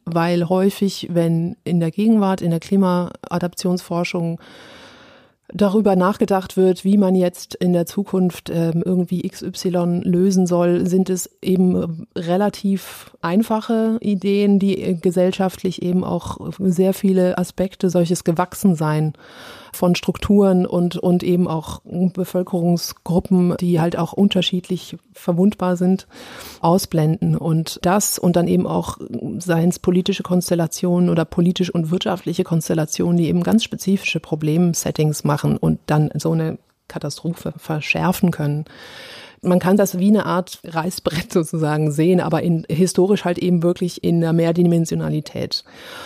weil häufig, wenn in der Gegenwart, in der Klimaadaptionsforschung darüber nachgedacht wird, wie man jetzt in der Zukunft ähm, irgendwie X Y lösen soll, sind es eben relativ einfache Ideen, die gesellschaftlich eben auch sehr viele Aspekte, solches Gewachsensein von Strukturen und, und eben auch Bevölkerungsgruppen, die halt auch unterschiedlich verwundbar sind, ausblenden. Und das und dann eben auch, seien es politische Konstellationen oder politisch und wirtschaftliche Konstellationen, die eben ganz spezifische Problemsettings machen und dann so eine Katastrophe verschärfen können. Man kann das wie eine Art Reißbrett sozusagen sehen, aber in, historisch halt eben wirklich in der Mehrdimensionalität.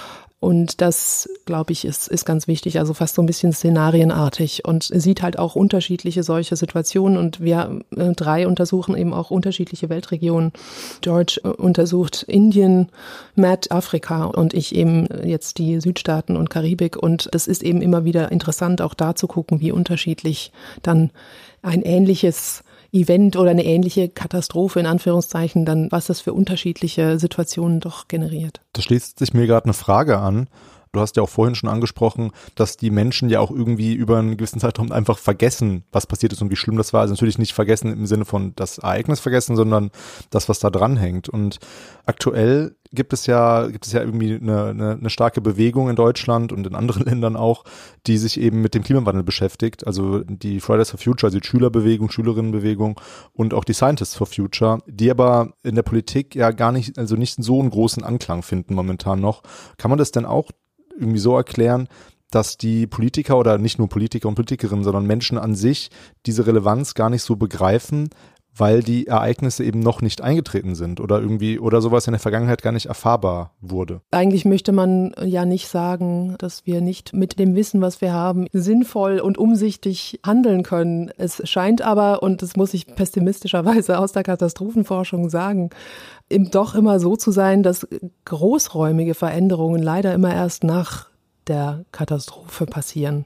Und das, glaube ich, ist, ist ganz wichtig, also fast so ein bisschen szenarienartig und sieht halt auch unterschiedliche solche Situationen. Und wir äh, drei untersuchen eben auch unterschiedliche Weltregionen. George äh, untersucht Indien, Matt Afrika und ich eben jetzt die Südstaaten und Karibik. Und das ist eben immer wieder interessant, auch da zu gucken, wie unterschiedlich dann ein ähnliches Event oder eine ähnliche Katastrophe in Anführungszeichen, dann was das für unterschiedliche Situationen doch generiert. Da schließt sich mir gerade eine Frage an. Du hast ja auch vorhin schon angesprochen, dass die Menschen ja auch irgendwie über einen gewissen Zeitraum einfach vergessen, was passiert ist und wie schlimm das war. Also natürlich nicht vergessen im Sinne von das Ereignis vergessen, sondern das, was da dranhängt. Und aktuell gibt es ja, gibt es ja irgendwie eine, eine, eine starke Bewegung in Deutschland und in anderen Ländern auch, die sich eben mit dem Klimawandel beschäftigt. Also die Fridays for Future, also die Schülerbewegung, Schülerinnenbewegung und auch die Scientists for Future, die aber in der Politik ja gar nicht, also nicht so einen großen Anklang finden momentan noch. Kann man das denn auch irgendwie so erklären, dass die Politiker oder nicht nur Politiker und Politikerinnen, sondern Menschen an sich diese Relevanz gar nicht so begreifen, weil die Ereignisse eben noch nicht eingetreten sind oder irgendwie oder sowas in der Vergangenheit gar nicht erfahrbar wurde? Eigentlich möchte man ja nicht sagen, dass wir nicht mit dem Wissen, was wir haben, sinnvoll und umsichtig handeln können. Es scheint aber, und das muss ich pessimistischerweise aus der Katastrophenforschung sagen, eben doch immer so zu sein, dass großräumige Veränderungen leider immer erst nach der Katastrophe passieren.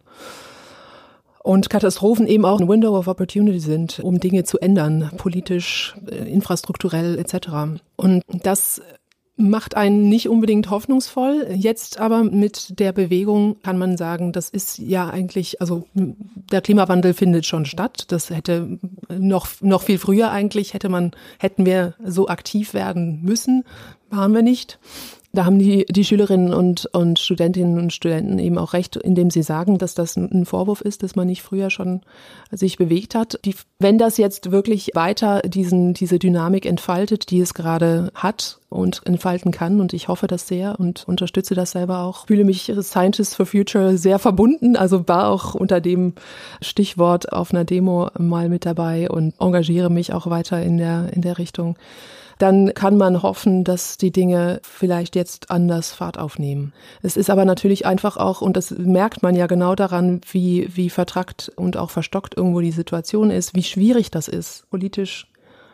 Und Katastrophen eben auch ein Window of Opportunity sind, um Dinge zu ändern, politisch, infrastrukturell et cetera. Und das macht einen nicht unbedingt hoffnungsvoll. Jetzt aber mit der Bewegung kann man sagen, das ist ja eigentlich, also der Klimawandel findet schon statt. Das hätte noch noch viel früher eigentlich, hätte man, hätten wir so aktiv werden müssen, waren wir nicht. Da haben die, die Schülerinnen und, und Studentinnen und Studenten eben auch recht, indem sie sagen, dass das ein Vorwurf ist, dass man nicht früher schon sich bewegt hat. Die, wenn das jetzt wirklich weiter diesen, diese Dynamik entfaltet, die es gerade hat und entfalten kann, und ich hoffe das sehr und unterstütze das selber auch, fühle mich Scientists for Future sehr verbunden, also war auch unter dem Stichwort auf einer Demo mal mit dabei und engagiere mich auch weiter in der, in der Richtung. Dann kann man hoffen, dass die Dinge vielleicht jetzt anders Fahrt aufnehmen. Es ist aber natürlich einfach auch, und das merkt man ja genau daran, wie, wie vertrackt und auch verstockt irgendwo die Situation ist, wie schwierig das ist, politisch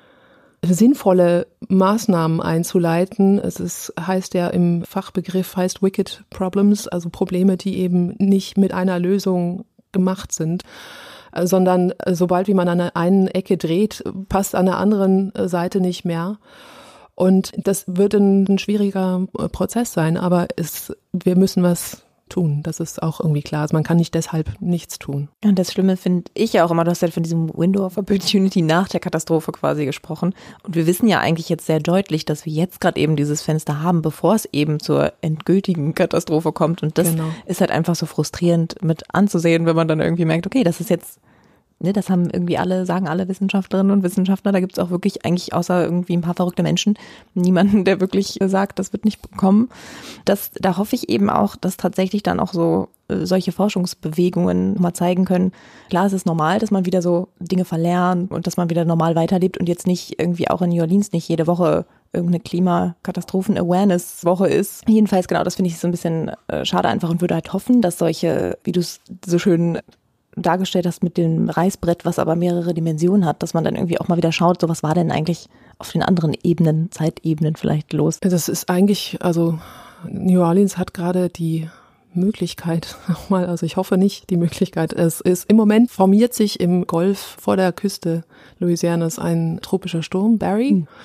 sinnvolle Maßnahmen einzuleiten. Es ist, heißt ja im Fachbegriff, heißt Wicked Problems, also Probleme, die eben nicht mit einer Lösung gemacht sind, sondern sobald wie man an der einen Ecke dreht, passt an der anderen Seite nicht mehr. Und das wird ein, ein schwieriger Prozess sein, aber es, wir müssen was tun. Das ist auch irgendwie klar. Also man kann nicht deshalb nichts tun. Und das Schlimme finde ich ja auch immer, du hast ja von diesem Window of Opportunity nach der Katastrophe quasi gesprochen. Und wir wissen ja eigentlich jetzt sehr deutlich, dass wir jetzt gerade eben dieses Fenster haben, bevor es eben zur endgültigen Katastrophe kommt. Und das genau. ist halt einfach so frustrierend mit anzusehen, wenn man dann irgendwie merkt, okay, das ist jetzt, ne, das haben irgendwie alle, sagen alle Wissenschaftlerinnen und Wissenschaftler, da gibt es auch wirklich eigentlich außer irgendwie ein paar verrückte Menschen niemanden, der wirklich sagt, das wird nicht kommen. Das, da hoffe ich eben auch, dass tatsächlich dann auch so äh, solche Forschungsbewegungen mal zeigen können. Klar, es ist normal, dass man wieder so Dinge verlernt und dass man wieder normal weiterlebt und jetzt nicht irgendwie auch in New Orleans nicht jede Woche irgendeine Klimakatastrophen-Awareness-Woche ist. Jedenfalls, genau, das finde ich so ein bisschen äh, schade einfach und würde halt hoffen, dass solche, wie du es so schön dargestellt hast mit dem Reißbrett, was aber mehrere Dimensionen hat, dass man dann irgendwie auch mal wieder schaut, so was war denn eigentlich auf den anderen Ebenen, Zeitebenen vielleicht los? Das ist eigentlich, also New Orleans hat gerade die Möglichkeit, nochmal, also ich hoffe nicht die Möglichkeit, es ist im Moment formiert sich im Golf vor der Küste Louisianas ein tropischer Sturm, Barry. Mhm.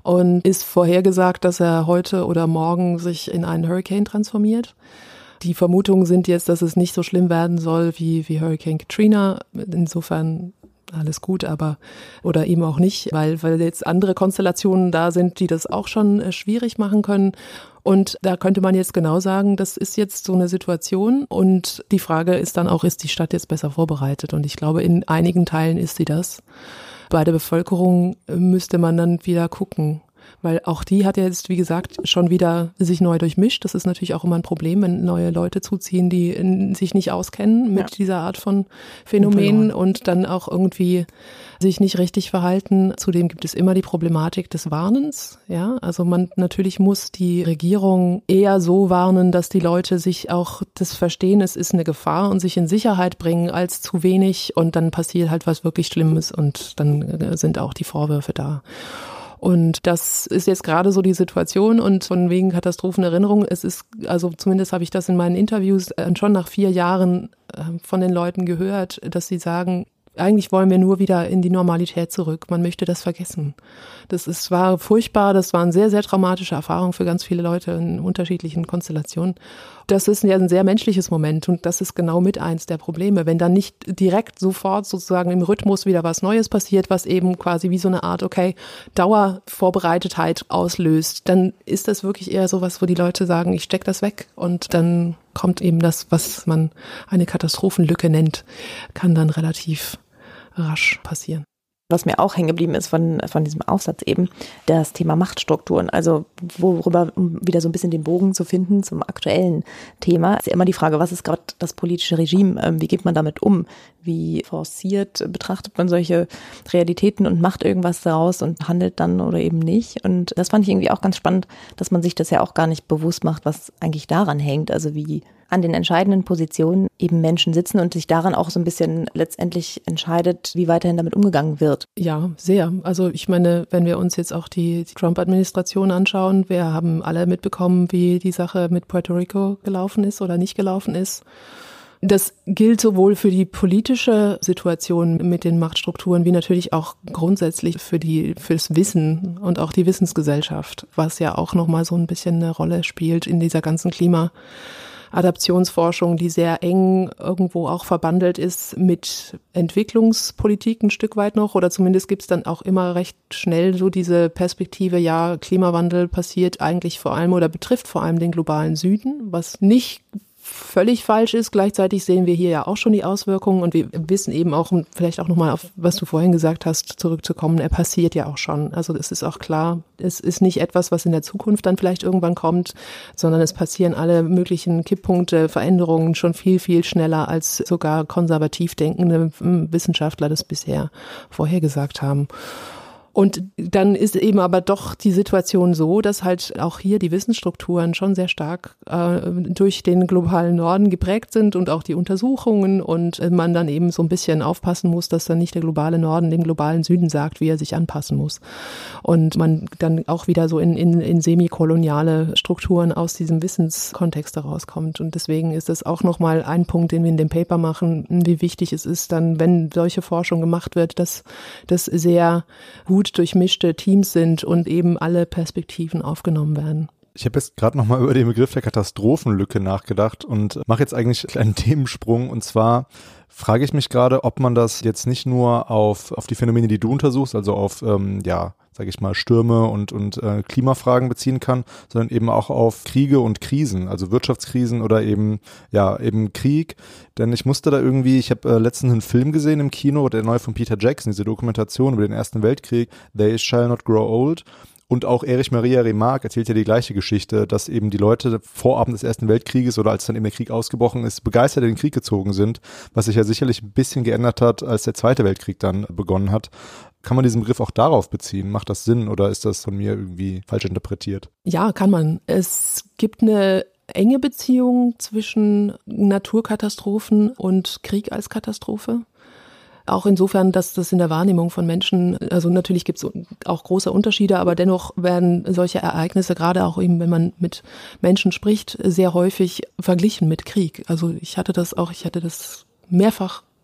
und ist vorhergesagt, dass er heute oder morgen sich in einen Hurricane transformiert. Die Vermutungen sind jetzt, dass es nicht so schlimm werden soll wie, wie Hurricane Katrina. Insofern alles gut, aber oder eben auch nicht, weil, weil jetzt andere Konstellationen da sind, die das auch schon äh, schwierig machen können. Und da könnte man jetzt genau sagen, das ist jetzt so eine Situation und die Frage ist dann auch, ist die Stadt jetzt besser vorbereitet? Und ich glaube, in einigen Teilen ist sie das. Bei der Bevölkerung müsste man dann wieder gucken. Weil auch die hat ja jetzt, wie gesagt, schon wieder sich neu durchmischt. Das ist natürlich auch immer ein Problem, wenn neue Leute zuziehen, die in, sich nicht auskennen mit ja. dieser Art von Phänomenen und dann auch irgendwie sich nicht richtig verhalten. Zudem gibt es immer die Problematik des Warnens. Ja, also man natürlich muss die Regierung eher so warnen, dass die Leute sich auch das verstehen, es ist eine Gefahr und sich in Sicherheit bringen, als zu wenig und dann passiert halt was wirklich Schlimmes und dann sind auch die Vorwürfe da. Und das ist jetzt gerade so die Situation und von wegen Katastrophenerinnerung. Es ist, also zumindest habe ich das in meinen Interviews schon nach vier Jahren von den Leuten gehört, dass sie sagen, eigentlich wollen wir nur wieder in die Normalität zurück. Man möchte das vergessen. Das ist, war furchtbar. Das war eine sehr, sehr traumatische Erfahrung für ganz viele Leute in unterschiedlichen Konstellationen. Das ist ja ein sehr menschliches Moment und das ist genau mit eins der Probleme. Wenn dann nicht direkt sofort sozusagen im Rhythmus wieder was Neues passiert, was eben quasi wie so eine Art, okay, Dauervorbereitetheit auslöst, dann ist das wirklich eher sowas, wo die Leute sagen, ich steck das weg und dann kommt eben das, was man eine Katastrophenlücke nennt, kann dann relativ rasch passieren. Was mir auch hängen geblieben ist von, von diesem Aufsatz eben, das Thema Machtstrukturen. Also worüber, um wieder so ein bisschen den Bogen zu finden zum aktuellen Thema, ist ja immer die Frage, was ist gerade das politische Regime? Wie geht man damit um? Wie forciert betrachtet man solche Realitäten und macht irgendwas daraus und handelt dann oder eben nicht? Und das fand ich irgendwie auch ganz spannend, dass man sich das ja auch gar nicht bewusst macht, was eigentlich daran hängt. Also wie an den entscheidenden Positionen eben Menschen sitzen und sich daran auch so ein bisschen letztendlich entscheidet, wie weiterhin damit umgegangen wird. Ja, sehr. Also ich meine, wenn wir uns jetzt auch die, die Trump-Administration anschauen, wir haben alle mitbekommen, wie die Sache mit Puerto Rico gelaufen ist oder nicht gelaufen ist. Das gilt sowohl für die politische Situation mit den Machtstrukturen wie natürlich auch grundsätzlich für die fürs Wissen und auch die Wissensgesellschaft, was ja auch nochmal so ein bisschen eine Rolle spielt in dieser ganzen Klima- Adaptionsforschung, die sehr eng irgendwo auch verbandelt ist mit Entwicklungspolitik ein Stück weit noch, oder zumindest gibt es dann auch immer recht schnell so diese Perspektive, ja, Klimawandel passiert eigentlich vor allem oder betrifft vor allem den globalen Süden, was nicht völlig falsch ist. Gleichzeitig sehen wir hier ja auch schon die Auswirkungen und wir wissen eben auch, um vielleicht auch nochmal auf was du vorhin gesagt hast, zurückzukommen, er passiert ja auch schon. Also es ist auch klar, es ist nicht etwas, was in der Zukunft dann vielleicht irgendwann kommt, sondern es passieren alle möglichen Kipppunkte, Veränderungen schon viel, viel schneller, als sogar konservativ denkende Wissenschaftler das bisher vorhergesagt haben. Und dann ist eben aber doch die Situation so, dass halt auch hier die Wissensstrukturen schon sehr stark äh, durch den globalen Norden geprägt sind und auch die Untersuchungen und äh, man dann eben so ein bisschen aufpassen muss, dass dann nicht der globale Norden dem globalen Süden sagt, wie er sich anpassen muss. Und man dann auch wieder so in, in, in semikoloniale Strukturen aus diesem Wissenskontext herauskommt. Und deswegen ist das auch nochmal ein Punkt, den wir in dem Paper machen, wie wichtig es ist dann, wenn solche Forschung gemacht wird, dass das sehr gut durchmischte Teams sind und eben alle Perspektiven aufgenommen werden. Ich habe jetzt gerade nochmal über den Begriff der Katastrophenlücke nachgedacht und mache jetzt eigentlich einen kleinen Themensprung. Und zwar frage ich mich gerade, ob man das jetzt nicht nur auf, auf die Phänomene, die du untersuchst, also auf, ähm, ja, sage ich mal, Stürme und, und äh, Klimafragen beziehen kann, sondern eben auch auf Kriege und Krisen, also Wirtschaftskrisen oder eben, ja, eben Krieg. Denn ich musste da irgendwie, ich habe äh, letztens einen Film gesehen im Kino, der neue von Peter Jackson, diese Dokumentation über den Ersten Weltkrieg, They Shall Not Grow Old. Und auch Erich Maria Remarque erzählt ja die gleiche Geschichte, dass eben die Leute vor Abend des Ersten Weltkrieges oder als dann eben der Krieg ausgebrochen ist, begeistert in den Krieg gezogen sind, was sich ja sicherlich ein bisschen geändert hat, als der Zweite Weltkrieg dann begonnen hat. Kann man diesen Begriff auch darauf beziehen? Macht das Sinn oder ist das von mir irgendwie falsch interpretiert? Ja, kann man. Es gibt eine enge Beziehung zwischen Naturkatastrophen und Krieg als Katastrophe. Auch insofern, dass das in der Wahrnehmung von Menschen, also natürlich gibt es auch große Unterschiede, aber dennoch werden solche Ereignisse, gerade auch eben, wenn man mit Menschen spricht, sehr häufig verglichen mit Krieg. Also ich hatte das auch, ich hatte das mehrfach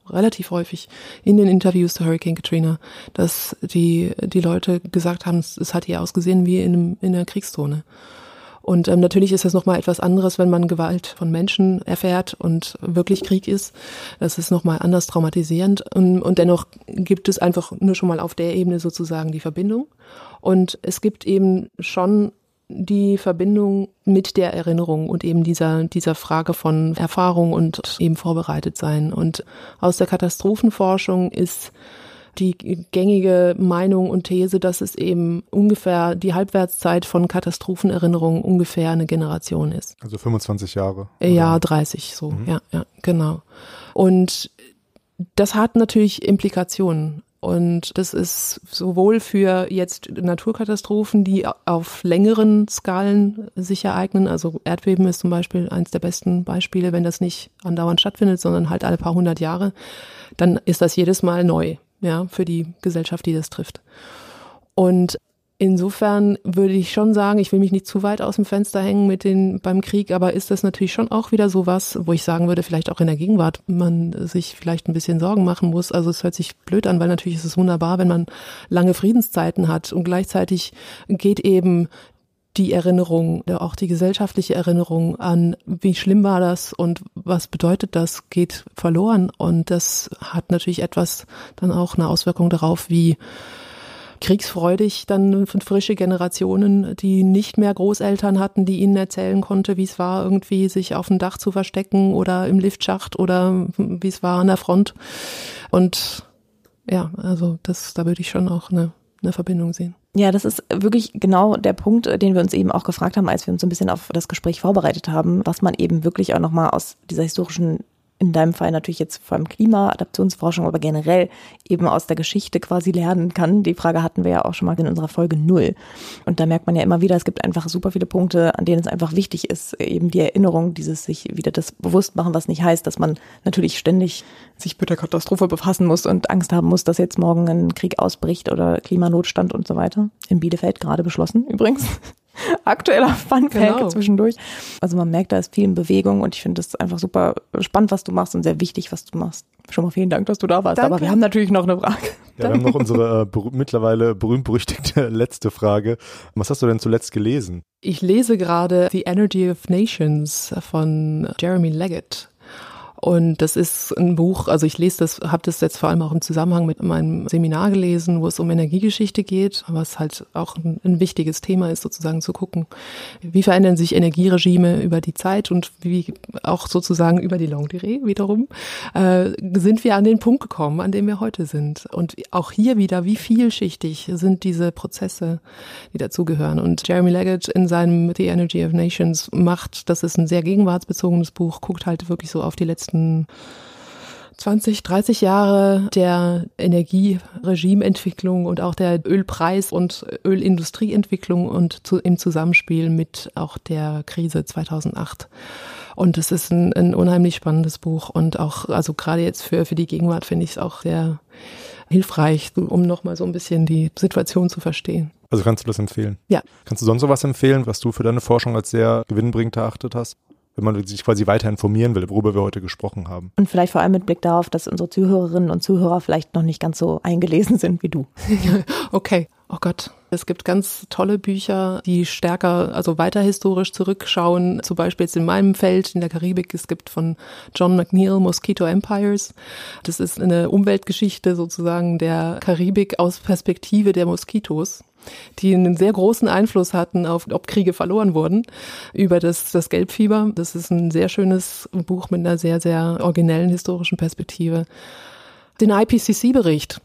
relativ häufig in den Interviews zu Hurricane Katrina, dass die die Leute gesagt haben, es, es hat hier ausgesehen wie in, einem, in einer Kriegszone. Und ähm, natürlich ist das nochmal etwas anderes, wenn man Gewalt von Menschen erfährt und wirklich Krieg ist. Das ist nochmal anders traumatisierend. Und, und dennoch gibt es einfach nur schon mal auf der Ebene sozusagen die Verbindung. Und es gibt eben schon die Verbindung mit der Erinnerung und eben dieser, dieser Frage von Erfahrung und eben vorbereitet sein. Und aus der Katastrophenforschung ist die gängige Meinung und These, dass es eben ungefähr die Halbwertszeit von Katastrophenerinnerungen ungefähr eine Generation ist. Also fünfundzwanzig Jahre. Oder? Ja, dreißig so, mhm. ja, ja, genau. Und das hat natürlich Implikationen. Und das ist sowohl für jetzt Naturkatastrophen, die auf längeren Skalen sich ereignen, also Erdbeben ist zum Beispiel eines der besten Beispiele, wenn das nicht andauernd stattfindet, sondern halt alle paar hundert Jahre, dann ist das jedes Mal neu. Ja, für die Gesellschaft, die das trifft. Und insofern würde ich schon sagen, ich will mich nicht zu weit aus dem Fenster hängen mit den beim Krieg, aber ist das natürlich schon auch wieder sowas, wo ich sagen würde, vielleicht auch in der Gegenwart man sich vielleicht ein bisschen Sorgen machen muss. Also es hört sich blöd an, weil natürlich ist es wunderbar, wenn man lange Friedenszeiten hat und gleichzeitig geht eben die Erinnerung, auch die gesellschaftliche Erinnerung an, wie schlimm war das und was bedeutet das, geht verloren. Und das hat natürlich etwas dann auch eine Auswirkung darauf, wie kriegsfreudig dann frische Generationen, die nicht mehr Großeltern hatten, die ihnen erzählen konnte, wie es war, irgendwie sich auf dem Dach zu verstecken oder im Liftschacht oder wie es war an der Front. Und ja, also das, da würde ich schon auch eine, eine Verbindung sehen. Ja, das ist wirklich genau der Punkt, den wir uns eben auch gefragt haben, als wir uns so ein bisschen auf das Gespräch vorbereitet haben, was man eben wirklich auch nochmal aus dieser historischen, in deinem Fall natürlich jetzt vor allem Klima-Adaptionsforschung, aber generell eben aus der Geschichte quasi lernen kann. Die Frage hatten wir ja auch schon mal in unserer Folge null. Und da merkt man ja immer wieder, es gibt einfach super viele Punkte, an denen es einfach wichtig ist, eben die Erinnerung, dieses sich wieder das bewusst machen, was nicht heißt, dass man natürlich ständig sich mit der Katastrophe befassen muss und Angst haben muss, dass jetzt morgen ein Krieg ausbricht oder Klimanotstand und so weiter. In Bielefeld gerade beschlossen übrigens. Aktueller Fun-Fact genau. Zwischendurch. Also man merkt, da ist viel in Bewegung und ich finde das einfach super spannend, was du machst und sehr wichtig, was du machst. Schon mal vielen Dank, dass du da warst. Danke. Aber wir haben natürlich noch eine Frage. Ja, wir haben noch unsere äh, berüh- mittlerweile berühmt-berüchtigte letzte Frage. Was hast du denn zuletzt gelesen? Ich lese gerade The Energy of Nations von Jeremy Leggett. Und das ist ein Buch, also ich lese das, habe das jetzt vor allem auch im Zusammenhang mit meinem Seminar gelesen, wo es um Energiegeschichte geht, was halt auch ein, ein wichtiges Thema ist, sozusagen zu gucken, wie verändern sich Energieregime über die Zeit und wie auch sozusagen über die Longue Durée wiederum, äh, sind wir an den Punkt gekommen, an dem wir heute sind. Und auch hier wieder, wie vielschichtig sind diese Prozesse, die dazugehören. Und Jeremy Leggett in seinem The Energy of Nations macht, das ist ein sehr gegenwartsbezogenes Buch, guckt halt wirklich so auf die letzten zwanzig, dreißig Jahre der Energieregimeentwicklung und auch der Ölpreis- und Ölindustrieentwicklung und zu, im Zusammenspiel mit auch der Krise zweitausendacht. Und es ist ein, ein unheimlich spannendes Buch und auch, also gerade jetzt für, für die Gegenwart finde ich es auch sehr hilfreich, um nochmal so ein bisschen die Situation zu verstehen. Also kannst du das empfehlen? Ja. Kannst du sonst noch was empfehlen, was du für deine Forschung als sehr gewinnbringend erachtet hast? Wenn man sich quasi weiter informieren will, worüber wir heute gesprochen haben. Und vielleicht vor allem mit Blick darauf, dass unsere Zuhörerinnen und Zuhörer vielleicht noch nicht ganz so eingelesen sind wie du. Okay, oh Gott. Es gibt ganz tolle Bücher, die stärker, also weiter historisch zurückschauen. Zum Beispiel jetzt in meinem Feld, in der Karibik, es gibt von John McNeill Mosquito Empires. Das ist eine Umweltgeschichte sozusagen der Karibik aus Perspektive der Moskitos, die einen sehr großen Einfluss hatten auf, ob Kriege verloren wurden, über das, das Gelbfieber. Das ist ein sehr schönes Buch mit einer sehr, sehr originellen historischen Perspektive. Den I P C C-Bericht.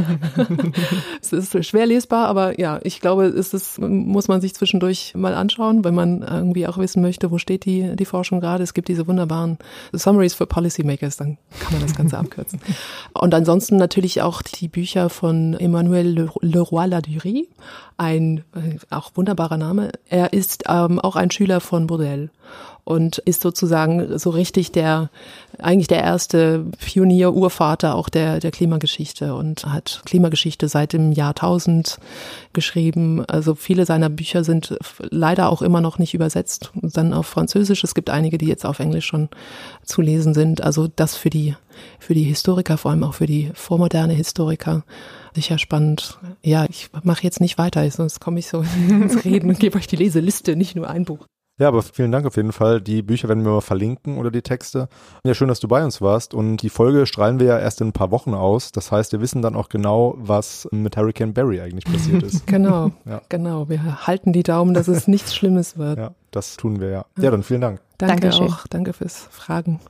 Es ist schwer lesbar, aber ja, ich glaube, es ist, muss man sich zwischendurch mal anschauen, wenn man irgendwie auch wissen möchte, wo steht die, die Forschung gerade. Es gibt diese wunderbaren Summaries für Policymakers, dann kann man das Ganze abkürzen. Und ansonsten natürlich auch die Bücher von Emmanuel Leroy-Ladurie, ein äh, auch wunderbarer Name. Er ist ähm, auch ein Schüler von Bourdelle und ist sozusagen so richtig der, eigentlich der erste Pionier, Urvater auch der, der Klimageschichte und hat Klimageschichte seit dem Jahrtausend geschrieben. Also viele seiner Bücher sind leider auch immer noch nicht übersetzt, dann auf Französisch. Es gibt einige, die jetzt auf Englisch schon zu lesen sind. Also das für die für die Historiker, vor allem auch für die vormoderne Historiker, sicher spannend. Ja, ich mache jetzt nicht weiter, sonst komme ich so ins Reden und gebe euch die Leseliste, nicht nur ein Buch. Ja, aber vielen Dank auf jeden Fall. Die Bücher werden wir mal verlinken oder die Texte. Ja, schön, dass du bei uns warst. Und die Folge strahlen wir ja erst in ein paar Wochen aus. Das heißt, wir wissen dann auch genau, was mit Hurricane Barry eigentlich passiert ist. Genau, ja. genau. Wir halten die Daumen, dass es nichts Schlimmes wird. Ja, das tun wir ja. Ja, dann vielen Dank. Danke Dankeschön. auch. Danke fürs Fragen.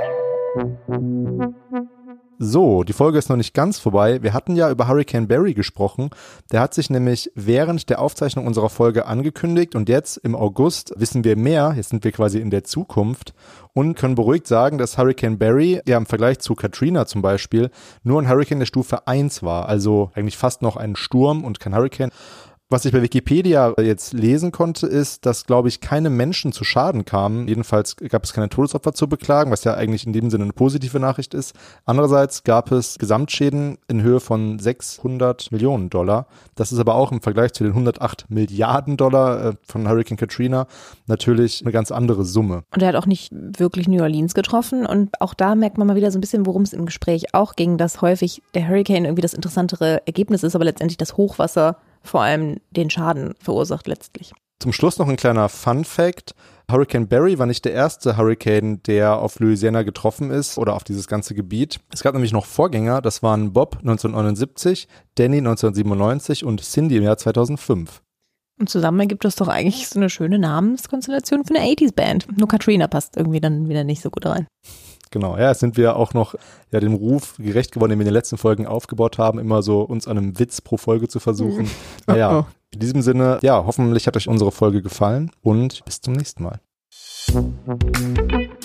So, die Folge ist noch nicht ganz vorbei. Wir hatten ja über Hurricane Barry gesprochen. Der hat sich nämlich während der Aufzeichnung unserer Folge angekündigt und jetzt im August wissen wir mehr. Jetzt sind wir quasi in der Zukunft und können beruhigt sagen, dass Hurricane Barry ja im Vergleich zu Katrina zum Beispiel nur ein Hurricane der Stufe eins war. Also eigentlich fast noch ein Sturm und kein Hurricane. Was ich bei Wikipedia jetzt lesen konnte, ist, dass, glaube ich, keine Menschen zu Schaden kamen. Jedenfalls gab es keine Todesopfer zu beklagen, was ja eigentlich in dem Sinne eine positive Nachricht ist. Andererseits gab es Gesamtschäden in Höhe von sechshundert Millionen Dollar. Das ist aber auch im Vergleich zu den hundertacht Milliarden Dollar von Hurricane Katrina natürlich eine ganz andere Summe. Und er hat auch nicht wirklich New Orleans getroffen. Und auch da merkt man mal wieder so ein bisschen, worum es im Gespräch auch ging, dass häufig der Hurricane irgendwie das interessantere Ergebnis ist, aber letztendlich das Hochwasser vor allem den Schaden verursacht letztlich. Zum Schluss noch ein kleiner Fun-Fact. Hurricane Barry war nicht der erste Hurricane, der auf Louisiana getroffen ist oder auf dieses ganze Gebiet. Es gab nämlich noch Vorgänger, das waren Bob neunzehnhundertneunundsiebzig, Danny neunzehnhundertsiebenundneunzig und Cindy im Jahr zweitausendfünf. Und zusammen ergibt das doch eigentlich so eine schöne Namenskonstellation für eine achtziger-Band. Nur Katrina passt irgendwie dann wieder nicht so gut rein. Genau, ja, jetzt sind wir auch noch ja dem Ruf gerecht geworden, den wir in den letzten Folgen aufgebaut haben, immer so uns an einem Witz pro Folge zu versuchen. Naja, in diesem Sinne, ja, hoffentlich hat euch unsere Folge gefallen und bis zum nächsten Mal.